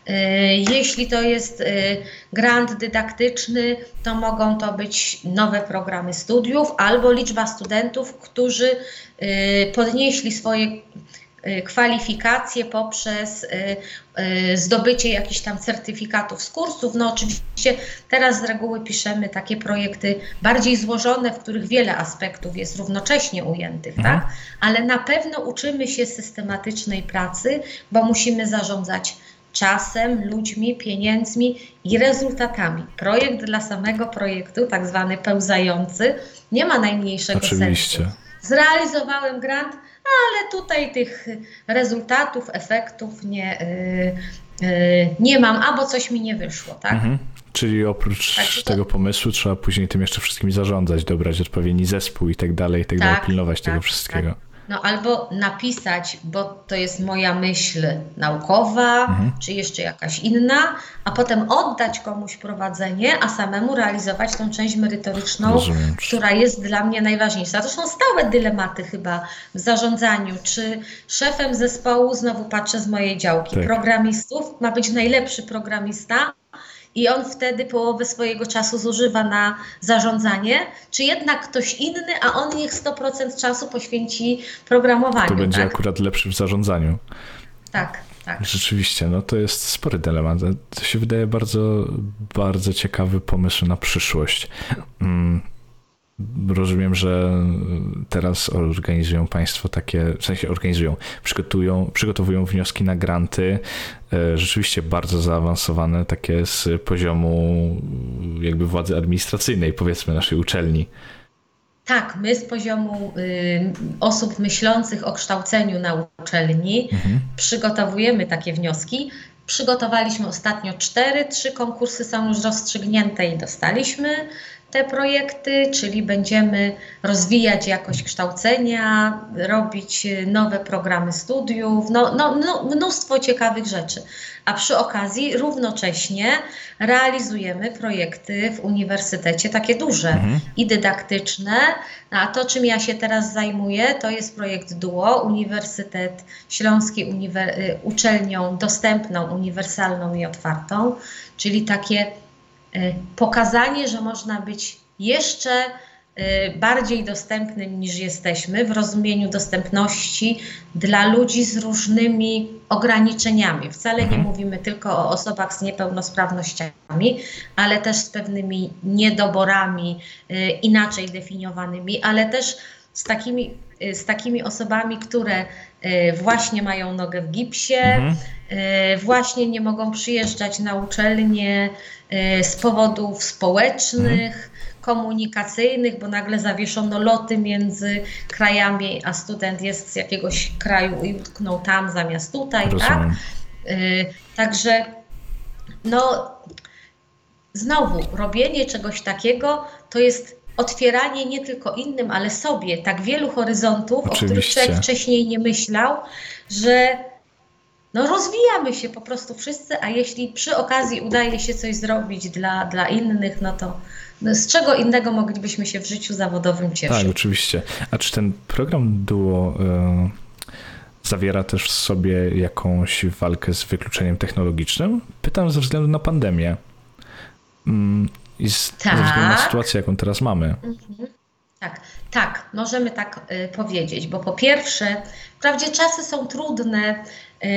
Jeśli to jest grant dydaktyczny, to mogą to być nowe programy studiów albo liczba studentów, którzy podnieśli swoje kwalifikacje poprzez zdobycie jakichś tam certyfikatów z kursów. No oczywiście teraz z reguły piszemy takie projekty bardziej złożone, w których wiele aspektów jest równocześnie ujętych, mhm. tak? Ale na pewno uczymy się systematycznej pracy, bo musimy zarządzać czasem, ludźmi, pieniędzmi i rezultatami. Projekt dla samego projektu, tak zwany pełzający, nie ma najmniejszego Oczywiście. sensu. Zrealizowałem grant, ale tutaj tych rezultatów, efektów nie, yy, yy, nie mam, albo coś mi nie wyszło, tak? Mhm. Czyli oprócz Także to- tego pomysłu trzeba później tym jeszcze wszystkim zarządzać, dobrać odpowiedni zespół i tak dalej, i tak dalej, Tak, pilnować tak, tego wszystkiego. tak. No albo napisać, bo to jest moja myśl naukowa, Mhm. czy jeszcze jakaś inna, a potem oddać komuś prowadzenie, a samemu realizować tą część merytoryczną, Rozumiem. która jest dla mnie najważniejsza. To są stałe dylematy chyba w zarządzaniu. Czy szefem zespołu, znowu patrzę z mojej działki, Tak. programistów, ma być najlepszy programista, i on wtedy połowę swojego czasu zużywa na zarządzanie, czy jednak ktoś inny, a on niech sto procent czasu poświęci programowaniu. To będzie tak? akurat lepszy w zarządzaniu. tak, tak. Rzeczywiście, no to jest spory dylemat. To się wydaje bardzo, bardzo ciekawy pomysł na przyszłość. Mm, Rozumiem, że teraz organizują Państwo takie, w sensie organizują, przygotują, przygotowują wnioski na granty, e, rzeczywiście bardzo zaawansowane, takie z poziomu jakby władzy administracyjnej, powiedzmy, naszej uczelni. Tak, my z poziomu y, osób myślących o kształceniu na uczelni przygotowujemy takie wnioski. Przygotowaliśmy ostatnio cztery, trzy konkursy są już rozstrzygnięte i dostaliśmy te projekty, czyli będziemy rozwijać jakość kształcenia, robić nowe programy studiów, no, no, no, mnóstwo ciekawych rzeczy. A przy okazji równocześnie realizujemy projekty w uniwersytecie, takie duże Mhm. i dydaktyczne. A to, czym ja się teraz zajmuję, to jest projekt DUO, Uniwersytet Śląski uniwer- y, uczelnią dostępną, uniwersalną i otwartą, czyli takie y, pokazanie, że można być jeszcze y, bardziej dostępnym niż jesteśmy w rozumieniu dostępności dla ludzi z różnymi ograniczeniami. Wcale Mhm. nie mówimy tylko o osobach z niepełnosprawnościami, ale też z pewnymi niedoborami y, inaczej definiowanymi, ale też z takimi, y, z takimi osobami, które y, właśnie mają nogę w gipsie, Mhm. y, właśnie nie mogą przyjeżdżać na uczelnię y, z powodów społecznych, komunikacyjnych, bo nagle zawieszono loty między krajami, a student jest z jakiegoś kraju i utknął tam zamiast tutaj, tak? Rozumiem. Y, Także no znowu robienie czegoś takiego to jest otwieranie nie tylko innym, ale sobie tak wielu horyzontów, o których Oczywiście. człowiek wcześniej nie myślał, że no rozwijamy się po prostu wszyscy, a jeśli przy okazji udaje się coś zrobić dla, dla innych, no to no z czego innego moglibyśmy się w życiu zawodowym cieszyć? Tak, oczywiście. A czy ten program DUO e, zawiera też w sobie jakąś walkę z wykluczeniem technologicznym? Pytam ze względu na pandemię. Mm, I z, Tak. ze względu na sytuację, jaką teraz mamy. Tak, tak, możemy tak y, powiedzieć, bo po pierwsze, wprawdzie czasy są trudne, y,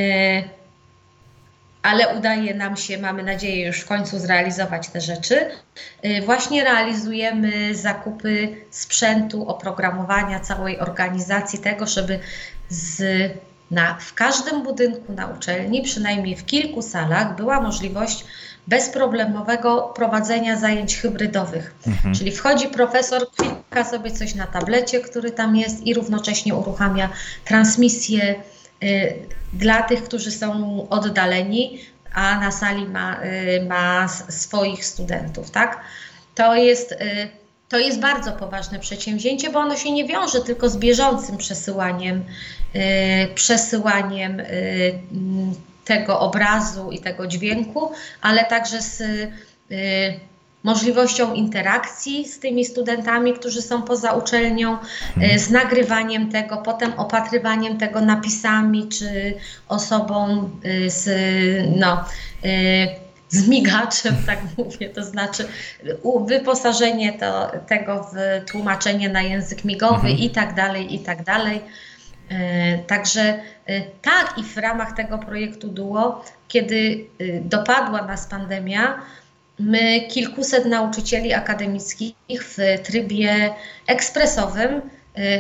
ale udaje nam się, mamy nadzieję, już w końcu zrealizować te rzeczy. Y, właśnie realizujemy zakupy sprzętu, oprogramowania, całej organizacji tego, żeby z, na, w każdym budynku na uczelni, przynajmniej w kilku salach, była możliwość bezproblemowego prowadzenia zajęć hybrydowych. Mhm. Czyli wchodzi profesor, klika sobie coś na tablecie, który tam jest i równocześnie uruchamia transmisję y, dla tych, którzy są oddaleni, a na sali ma, y, ma s- swoich studentów, tak? To jest, y, to jest bardzo poważne przedsięwzięcie, bo ono się nie wiąże tylko z bieżącym przesyłaniem, y, przesyłaniem y, mm, tego obrazu i tego dźwięku, ale także z y, możliwością interakcji z tymi studentami, którzy są poza uczelnią, y, z nagrywaniem tego, potem opatrywaniem tego napisami, czy osobą y, z, no, y, z migaczem, tak mówię, to znaczy u, wyposażenie to, tego w tłumaczenie na język migowy Mhm. i tak dalej, i tak dalej. E, Także e, tak, i w ramach tego projektu DUO, kiedy e, dopadła nas pandemia, my kilkuset nauczycieli akademickich w trybie ekspresowym e,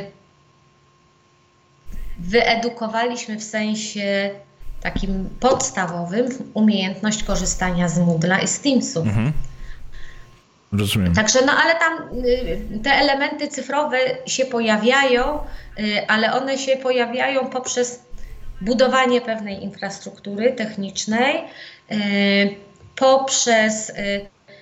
wyedukowaliśmy w sensie takim podstawowym w umiejętność korzystania z Moodle'a i z Teamsów. Mhm. Rozumiem. Także, no ale tam y, te elementy cyfrowe się pojawiają, y, ale one się pojawiają poprzez budowanie pewnej infrastruktury technicznej, y, poprzez y,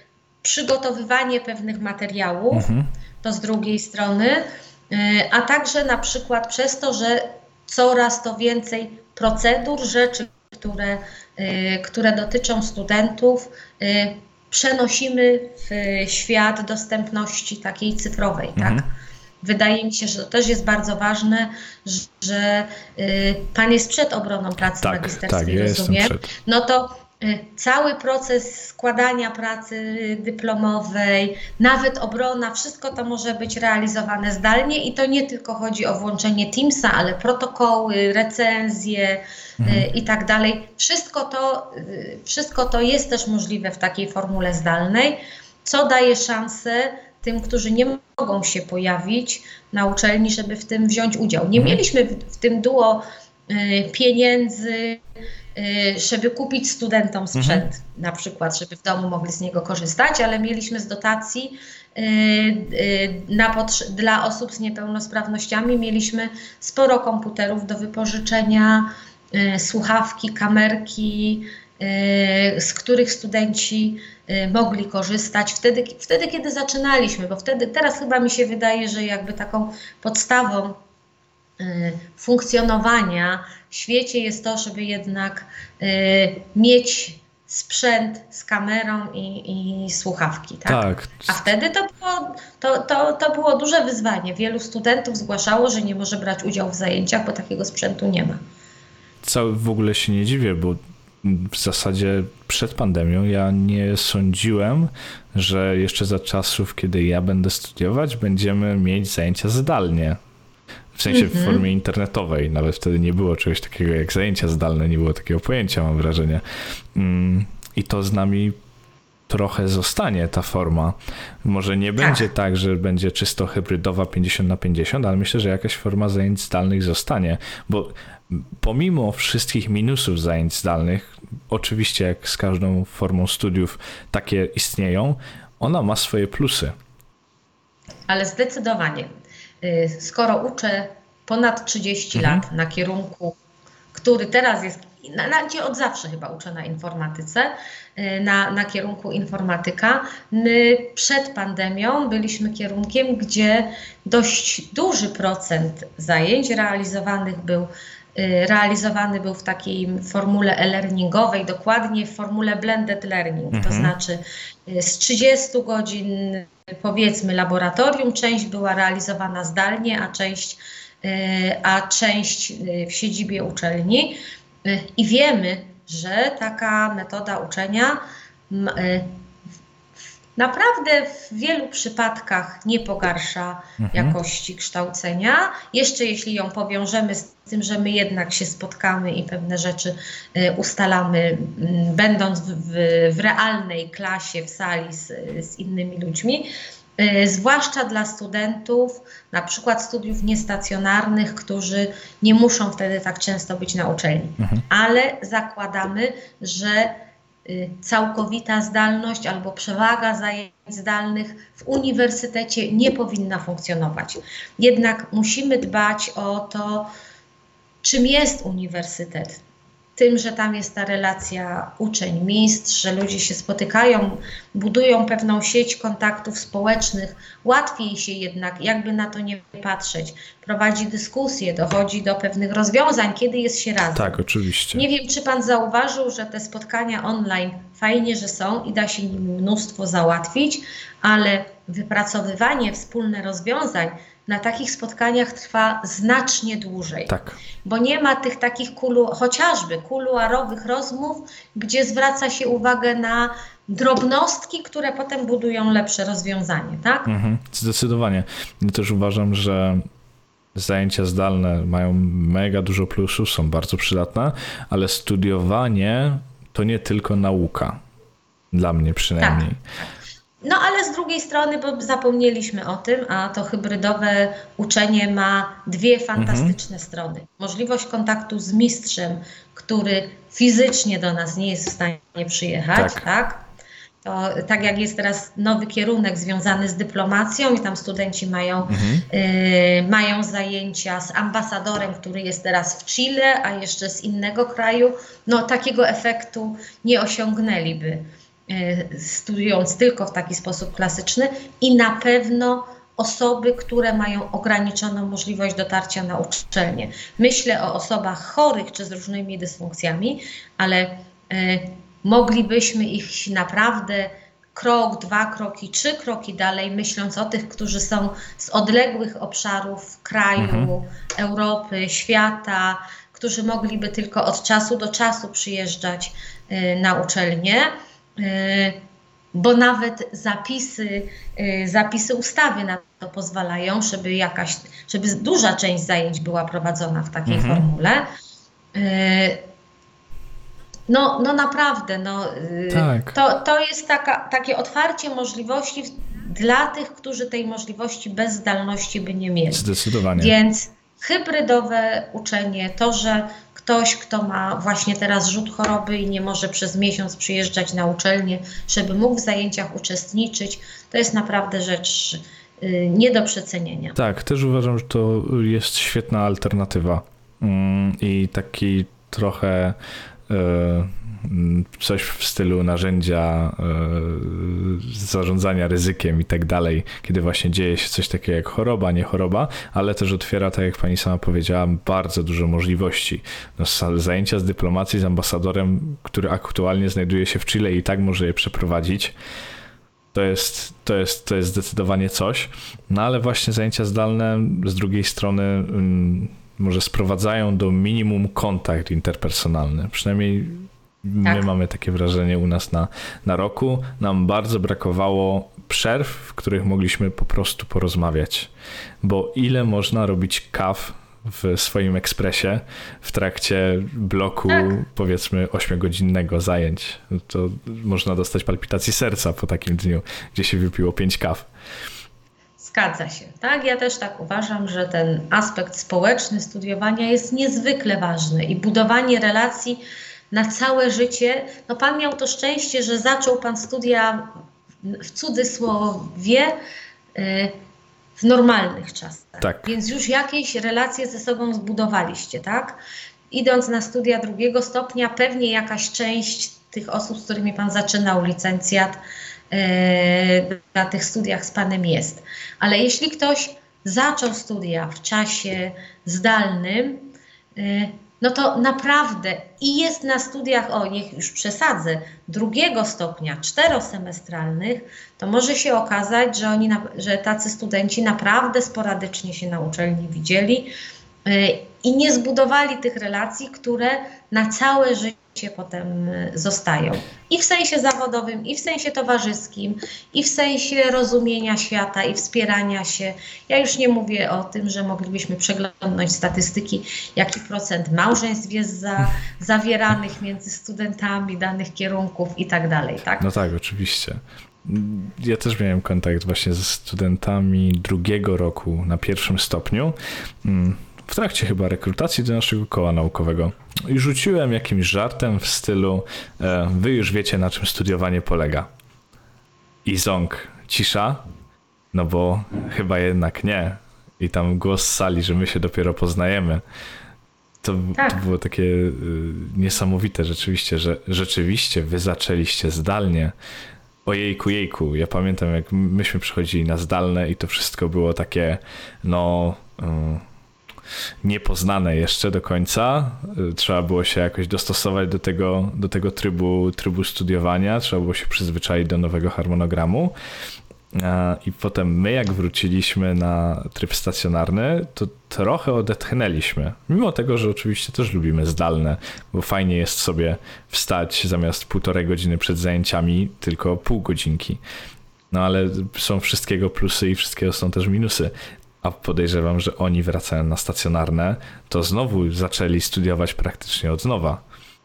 przygotowywanie pewnych materiałów, Mhm. to z drugiej strony, a także na przykład przez to, że coraz to więcej procedur, rzeczy, które, które dotyczą studentów, przenosimy w świat dostępności takiej cyfrowej, Mhm. tak? Wydaje mi się, że to też jest bardzo ważne, że y, Pan jest przed obroną pracy Tak, magisterskiej, tak, ja jestem rozumiem? przed. No to y, cały proces składania pracy dyplomowej, nawet obrona, wszystko to może być realizowane zdalnie i to nie tylko chodzi o włączenie Teamsa, ale protokoły, recenzje Mhm. y, i tak dalej. Wszystko to, y, wszystko to jest też możliwe w takiej formule zdalnej, co daje szansę tym, którzy nie mogą się pojawić na uczelni, żeby w tym wziąć udział. Nie Mhm. mieliśmy w, w tym duo y, pieniędzy, y, żeby kupić studentom sprzęt, Mhm. na przykład, żeby w domu mogli z niego korzystać, ale mieliśmy z dotacji y, y, na potrze- dla osób z niepełnosprawnościami, mieliśmy sporo komputerów do wypożyczenia, y, słuchawki, kamerki, y, z których studenci y, mogli korzystać wtedy, wtedy, kiedy zaczynaliśmy, bo wtedy, teraz chyba mi się wydaje, że jakby taką podstawą y, funkcjonowania w świecie jest to, żeby jednak y, mieć sprzęt z kamerą i, i słuchawki, tak? Tak. A wtedy to było, to, to, to było duże wyzwanie. Wielu studentów zgłaszało, że nie może brać udziału w zajęciach, bo takiego sprzętu nie ma. Cały w ogóle się nie dziwię, bo w zasadzie przed pandemią ja nie sądziłem, że jeszcze za czasów, kiedy ja będę studiować, będziemy mieć zajęcia zdalnie. W sensie w formie internetowej. Nawet wtedy nie było czegoś takiego jak zajęcia zdalne, nie było takiego pojęcia, mam wrażenie. I to z nami trochę zostanie ta forma. Może nie będzie tak, że będzie czysto hybrydowa pięćdziesiąt na pięćdziesiąt, ale myślę, że jakaś forma zajęć zdalnych zostanie, bo pomimo wszystkich minusów zajęć zdalnych, oczywiście jak z każdą formą studiów takie istnieją, ona ma swoje plusy. Ale zdecydowanie, skoro uczę ponad trzydzieści Mhm. lat na kierunku, który teraz jest, na, na, gdzie od zawsze chyba uczę na informatyce, na, na kierunku informatyka, my przed pandemią byliśmy kierunkiem, gdzie dość duży procent zajęć realizowanych był realizowany był w takiej formule e-learningowej, dokładnie w formule blended learning, Mhm. to znaczy z trzydziestu godzin powiedzmy laboratorium, część była realizowana zdalnie, a część, a część w siedzibie uczelni i wiemy, że taka metoda uczenia naprawdę w wielu przypadkach nie pogarsza Mhm. jakości kształcenia. Jeszcze jeśli ją powiążemy z tym, że my jednak się spotkamy i pewne rzeczy y, ustalamy, y, będąc w, w, w realnej klasie, w sali z, z innymi ludźmi, y, zwłaszcza dla studentów, na przykład studiów niestacjonarnych, którzy nie muszą wtedy tak często być na uczelni. Mhm. Ale zakładamy, że całkowita zdalność albo przewaga zajęć zdalnych w uniwersytecie nie powinna funkcjonować. Jednak musimy dbać o to, czym jest uniwersytet. Tym, że tam jest ta relacja uczeń-mistrz, że ludzie się spotykają, budują pewną sieć kontaktów społecznych, łatwiej się jednak, jakby na to nie patrzeć, prowadzi dyskusje, dochodzi do pewnych rozwiązań, kiedy jest się razem. Tak, oczywiście. Nie wiem, czy Pan zauważył, że te spotkania online fajnie, że są i da się nim mnóstwo załatwić, ale wypracowywanie wspólnych rozwiązań na takich spotkaniach trwa znacznie dłużej. Tak. Bo nie ma tych takich kulu, chociażby kuluarowych rozmów, gdzie zwraca się uwagę na drobnostki, które potem budują lepsze rozwiązanie, tak? Mhm, zdecydowanie. Ja też uważam, że zajęcia zdalne mają mega dużo plusów, są bardzo przydatne, ale studiowanie to nie tylko nauka. Dla mnie przynajmniej. Tak. No ale z drugiej strony, bo zapomnieliśmy o tym, a to hybrydowe uczenie ma dwie fantastyczne mhm. strony. Możliwość kontaktu z mistrzem, który fizycznie do nas nie jest w stanie przyjechać, tak? tak? To tak jak jest teraz nowy kierunek związany z dyplomacją i tam studenci mają, mhm. y, mają zajęcia z ambasadorem, który jest teraz w Chile, a jeszcze z innego kraju, no takiego efektu nie osiągnęliby. studiując tylko w taki sposób klasyczny i na pewno osoby, które mają ograniczoną możliwość dotarcia na uczelnię. Myślę o osobach chorych czy z różnymi dysfunkcjami, ale moglibyśmy ich naprawdę krok, dwa kroki, trzy kroki dalej, myśląc o tych, którzy są z odległych obszarów kraju, mhm. Europy, świata, którzy mogliby tylko od czasu do czasu przyjeżdżać y, na uczelnię, y, bo nawet zapisy, y, zapisy ustawy na to pozwalają, żeby jakaś, żeby duża część zajęć była prowadzona w takiej mhm. formule. Y, No, no naprawdę, no, tak. to, to jest taka, takie otwarcie możliwości dla tych, którzy tej możliwości bez zdalności by nie mieli. Zdecydowanie. Więc hybrydowe uczenie, to, że ktoś, kto ma właśnie teraz rzut choroby i nie może przez miesiąc przyjeżdżać na uczelnię, żeby mógł w zajęciach uczestniczyć, to jest naprawdę rzecz y, nie do przecenienia. Tak, też uważam, że to jest świetna alternatywa mm, i taki trochę coś w stylu narzędzia zarządzania ryzykiem i tak dalej, kiedy właśnie dzieje się coś takiego jak choroba, nie choroba, ale też otwiera, tak jak pani sama powiedziała, bardzo dużo możliwości. No, zajęcia z dyplomacji z ambasadorem, który aktualnie znajduje się w Chile i tak może je przeprowadzić, to jest, to jest, to jest zdecydowanie coś, no ale właśnie zajęcia zdalne z drugiej strony może sprowadzają do minimum kontakt interpersonalny. Przynajmniej my tak. mamy takie wrażenie u nas na, na roku. Nam bardzo brakowało przerw, w których mogliśmy po prostu porozmawiać. Bo ile można robić kaw w swoim ekspresie w trakcie bloku tak. powiedzmy ośmiogodzinnego zajęć. To można dostać palpitacji serca po takim dniu, gdzie się wypiło pięć kaw. Zgadza się, tak? Ja też tak uważam, że ten aspekt społeczny studiowania jest niezwykle ważny i budowanie relacji na całe życie. No pan miał to szczęście, że zaczął pan studia w cudzysłowie w normalnych czasach. Tak. Więc już jakieś relacje ze sobą zbudowaliście, tak? Idąc na studia drugiego stopnia, pewnie jakaś część tych osób, z którymi pan zaczynał licencjat, na tych studiach z panem jest. Ale jeśli ktoś zaczął studia w czasie zdalnym, no to naprawdę i jest na studiach, o niech już przesadzę, drugiego stopnia, czterosemestralnych, to może się okazać, że, oni, że tacy studenci naprawdę sporadycznie się na uczelni widzieli i nie zbudowali tych relacji, które na całe życie potem zostają. I w sensie zawodowym, i w sensie towarzyskim, i w sensie rozumienia świata, i wspierania się. Ja już nie mówię o tym, że moglibyśmy przeglądnąć statystyki, jaki procent małżeństw jest za, zawieranych między studentami danych kierunków i tak dalej, tak? No tak, oczywiście. Ja też miałem kontakt właśnie ze studentami drugiego roku na pierwszym stopniu. W trakcie chyba rekrutacji do naszego koła naukowego i rzuciłem jakimś żartem w stylu e, wy już wiecie, na czym studiowanie polega. I ząg, cisza, no bo chyba jednak nie. I tam głos z sali, że my się dopiero poznajemy. To, tak. to było takie y, niesamowite rzeczywiście, że rzeczywiście wy zaczęliście zdalnie. Ojejku, jejku, ja pamiętam jak myśmy przychodzili na zdalne i to wszystko było takie, no... Y, niepoznane jeszcze do końca. Trzeba było się jakoś dostosować do tego, do tego trybu, trybu studiowania, trzeba było się przyzwyczaić do nowego harmonogramu. I potem my, jak wróciliśmy na tryb stacjonarny, to trochę odetchnęliśmy. Mimo tego, że oczywiście też lubimy zdalne, bo fajnie jest sobie wstać zamiast półtorej godziny przed zajęciami, tylko pół godzinki. No ale są wszystkiego plusy i wszystkiego są też minusy. A podejrzewam, że oni wracając na stacjonarne, to znowu zaczęli studiować praktycznie od nowa.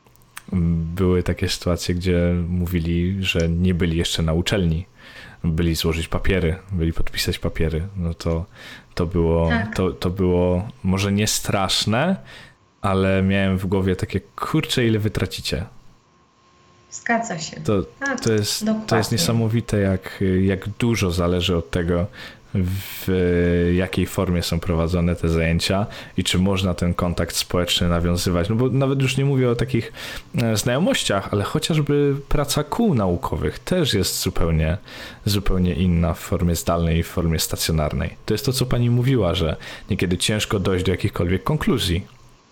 Były takie sytuacje, gdzie mówili, że nie byli jeszcze na uczelni. Byli złożyć papiery, byli podpisać papiery. No to, to, było, tak. to, to było może nie straszne, ale miałem w głowie takie, kurczę, ile wy tracicie. Zgadza się. To, tak, to, jest, to jest niesamowite, jak, jak dużo zależy od tego, w jakiej formie są prowadzone te zajęcia i czy można ten kontakt społeczny nawiązywać. No bo nawet już nie mówię o takich znajomościach, ale chociażby praca kół naukowych też jest zupełnie, zupełnie inna w formie zdalnej i w formie stacjonarnej. To jest to, co pani mówiła, że niekiedy ciężko dojść do jakichkolwiek konkluzji.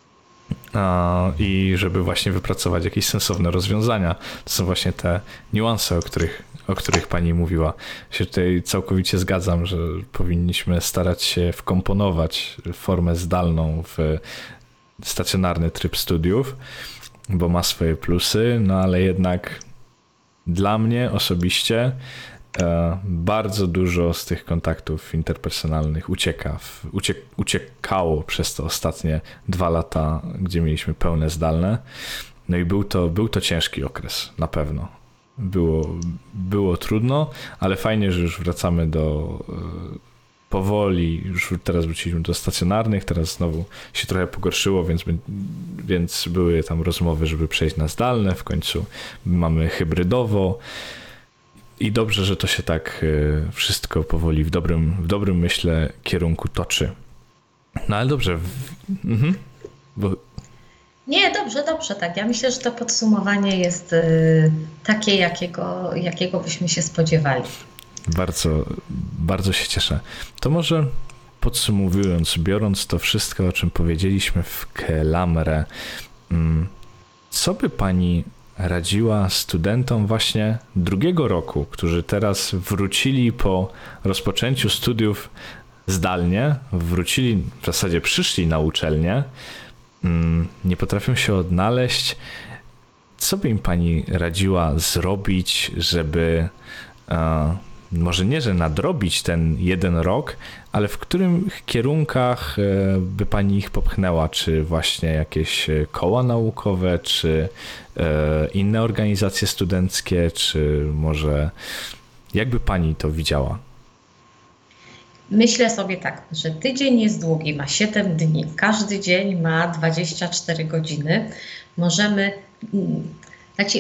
I żeby właśnie wypracować jakieś sensowne rozwiązania. To są właśnie te niuanse, o których, o których pani mówiła. Się tutaj całkowicie zgadzam, że powinniśmy starać się wkomponować formę zdalną w stacjonarny tryb studiów, bo ma swoje plusy, no ale jednak dla mnie osobiście bardzo dużo z tych kontaktów interpersonalnych ucieka, uciek, uciekało przez te ostatnie dwa lata, gdzie mieliśmy pełne zdalne. No i był to, był to ciężki okres, na pewno. Było, było trudno, ale fajnie, że już wracamy do powoli, już teraz wróciliśmy do stacjonarnych, teraz znowu się trochę pogorszyło, więc, więc były tam rozmowy, żeby przejść na zdalne, w końcu mamy hybrydowo. I dobrze, że to się tak wszystko powoli w dobrym, w dobrym myślę, kierunku toczy. No ale dobrze. Mhm. Bo... Nie, dobrze, dobrze, tak. Ja myślę, że to podsumowanie jest y, takie, jakiego, jakiego byśmy się spodziewali. Bardzo, bardzo się cieszę. To może podsumowując, biorąc to wszystko, o czym powiedzieliśmy w klamrę, co by pani radziła studentom właśnie drugiego roku, którzy teraz wrócili po rozpoczęciu studiów zdalnie, wrócili, w zasadzie przyszli na uczelnię, nie potrafią się odnaleźć. Co by im pani radziła zrobić, żeby może nie, że nadrobić ten jeden rok, ale w których kierunkach by pani ich popchnęła? Czy właśnie jakieś koła naukowe, czy inne organizacje studenckie, czy może jakby pani to widziała? Myślę sobie tak, że tydzień jest długi, ma siedem dni, każdy dzień ma dwadzieścia cztery godziny. Możemy, znaczy,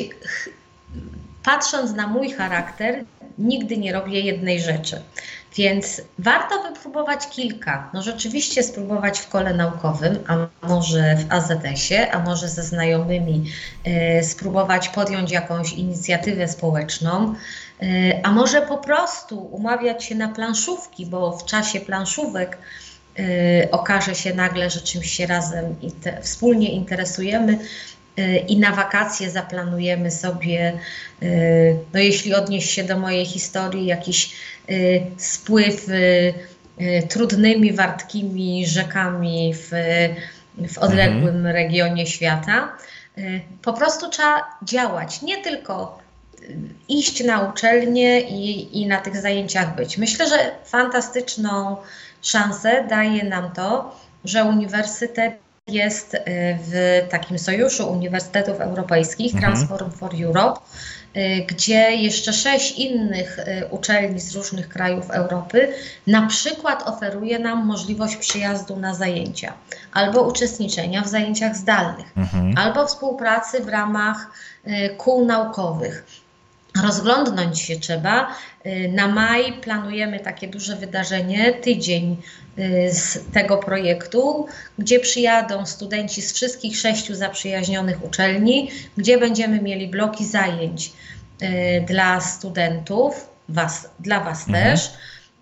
patrząc na mój charakter, nigdy nie robię jednej rzeczy, więc warto wypróbować kilka. No rzeczywiście spróbować w kole naukowym, a może w A Z S-ie, a może ze znajomymi y, spróbować podjąć jakąś inicjatywę społeczną, y, a może po prostu umawiać się na planszówki, bo w czasie planszówek y, okaże się nagle, że czymś się razem i te, wspólnie interesujemy. I na wakacje zaplanujemy sobie, no jeśli odnieść się do mojej historii, jakiś spływ trudnymi, wartkimi rzekami w, w odległym mhm. regionie świata. Po prostu trzeba działać, nie tylko iść na uczelnię i, i na tych zajęciach być. Myślę, że fantastyczną szansę daje nam to, że uniwersytet jest w takim sojuszu uniwersytetów europejskich, mhm. Transform for Europe, gdzie jeszcze sześć innych uczelni z różnych krajów Europy na przykład oferuje nam możliwość przyjazdu na zajęcia albo uczestniczenia w zajęciach zdalnych, mhm. albo współpracy w ramach kół naukowych. Rozglądnąć się trzeba. Na maj planujemy takie duże wydarzenie, tydzień z tego projektu, gdzie przyjadą studenci z wszystkich sześciu zaprzyjaźnionych uczelni, gdzie będziemy mieli bloki zajęć dla studentów, was, dla Was mhm. też,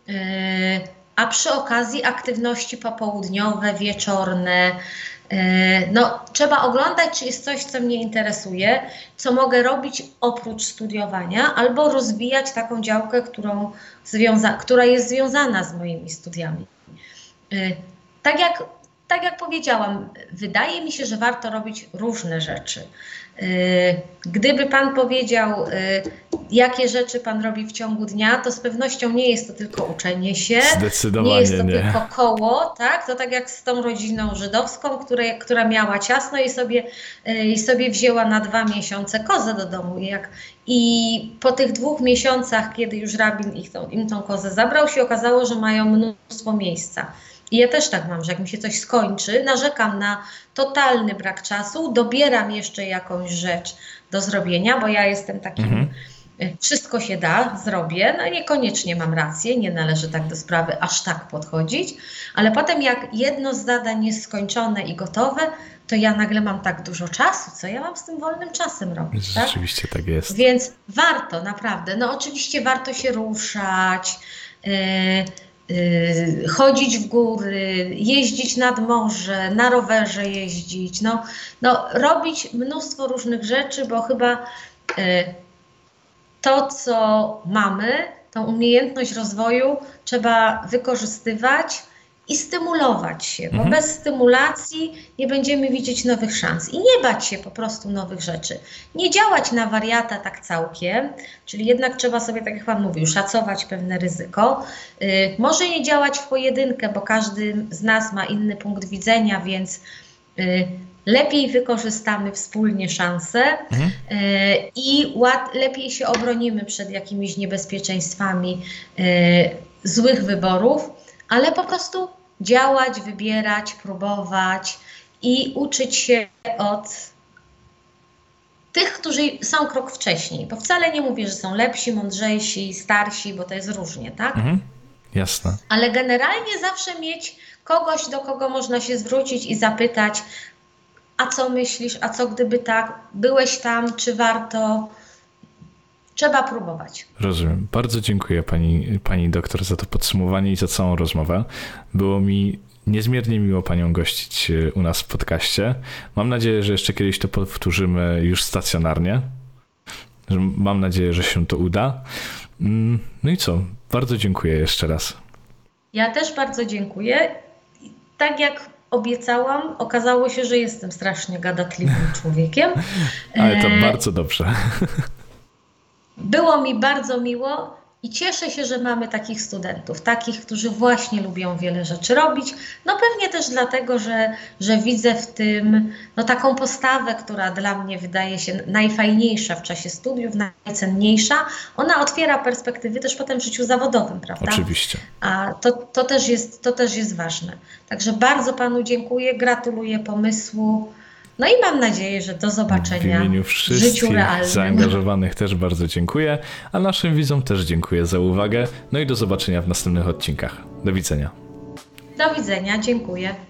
a przy okazji aktywności popołudniowe, wieczorne. No, trzeba oglądać, czy jest coś, co mnie interesuje, co mogę robić oprócz studiowania, albo rozwijać taką działkę, którą związa- która jest związana z moimi studiami. Tak jak, tak jak powiedziałam, wydaje mi się, że warto robić różne rzeczy. Gdyby Pan powiedział, jakie rzeczy Pan robi w ciągu dnia, to z pewnością nie jest to tylko uczenie się, Zdecydowanie nie jest to nie. tylko koło, tak? To tak jak z tą rodziną żydowską, które, która miała ciasno i sobie, i sobie wzięła na dwa miesiące kozę do domu. Jak, I po tych dwóch miesiącach, kiedy już rabin ich tą, im tą kozę zabrał, się okazało, że mają mnóstwo miejsca. I ja też tak mam, że jak mi się coś skończy, narzekam na totalny brak czasu, dobieram jeszcze jakąś rzecz do zrobienia, bo ja jestem takim, mhm. wszystko się da, zrobię, no niekoniecznie mam rację, nie należy tak do sprawy aż tak podchodzić, ale potem jak jedno z zadań jest skończone i gotowe, to ja nagle mam tak dużo czasu, co ja mam z tym wolnym czasem robić, tak? Rzeczywiście tak jest. Więc warto, naprawdę, no oczywiście warto się ruszać, yy, yy, chodzić w góry, jeździć nad morze, na rowerze jeździć, no, no robić mnóstwo różnych rzeczy, bo chyba yy, to, co mamy, tą umiejętność rozwoju trzeba wykorzystywać i stymulować się, bo Mhm. bez stymulacji nie będziemy widzieć nowych szans i nie bać się po prostu nowych rzeczy. Nie działać na wariata tak całkiem, czyli jednak trzeba sobie, tak jak Pan mówił, szacować pewne ryzyko. Yy, może nie działać w pojedynkę, bo każdy z nas ma inny punkt widzenia, więc yy, lepiej wykorzystamy wspólnie szanse Mhm. yy, i łat, lepiej się obronimy przed jakimiś niebezpieczeństwami yy, złych wyborów, ale po prostu działać, wybierać, próbować i uczyć się od tych, którzy są krok wcześniej. Bo wcale nie mówię, że są lepsi, mądrzejsi, starsi, bo to jest różnie, tak? Mhm. Jasne. Ale generalnie zawsze mieć kogoś, do kogo można się zwrócić i zapytać, a co myślisz, a co gdyby tak, byłeś tam, czy warto? Trzeba próbować. Rozumiem. Bardzo dziękuję pani, pani doktor za to podsumowanie i za całą rozmowę. Było mi niezmiernie miło panią gościć u nas w podcaście. Mam nadzieję, że jeszcze kiedyś to powtórzymy już stacjonarnie. Mam nadzieję, że się to uda. No i co? Bardzo dziękuję jeszcze raz. Ja też bardzo dziękuję. Tak jak obiecałam, okazało się, że jestem strasznie gadatliwym człowiekiem. Ale to bardzo dobrze. Było mi bardzo miło i cieszę się, że mamy takich studentów, takich, którzy właśnie lubią wiele rzeczy robić. No pewnie też dlatego, że, że widzę w tym no, taką postawę, która dla mnie wydaje się najfajniejsza w czasie studiów, najcenniejsza. Ona otwiera perspektywy też potem w życiu zawodowym, prawda? Oczywiście. A to, to, też jest, to też jest ważne. Także bardzo Panu dziękuję, gratuluję pomysłu. No i mam nadzieję, że do zobaczenia w imieniu w życiu wszystkich realnym. zaangażowanych też bardzo dziękuję, a naszym widzom też dziękuję za uwagę. No i do zobaczenia w następnych odcinkach. Do widzenia. Do widzenia, dziękuję.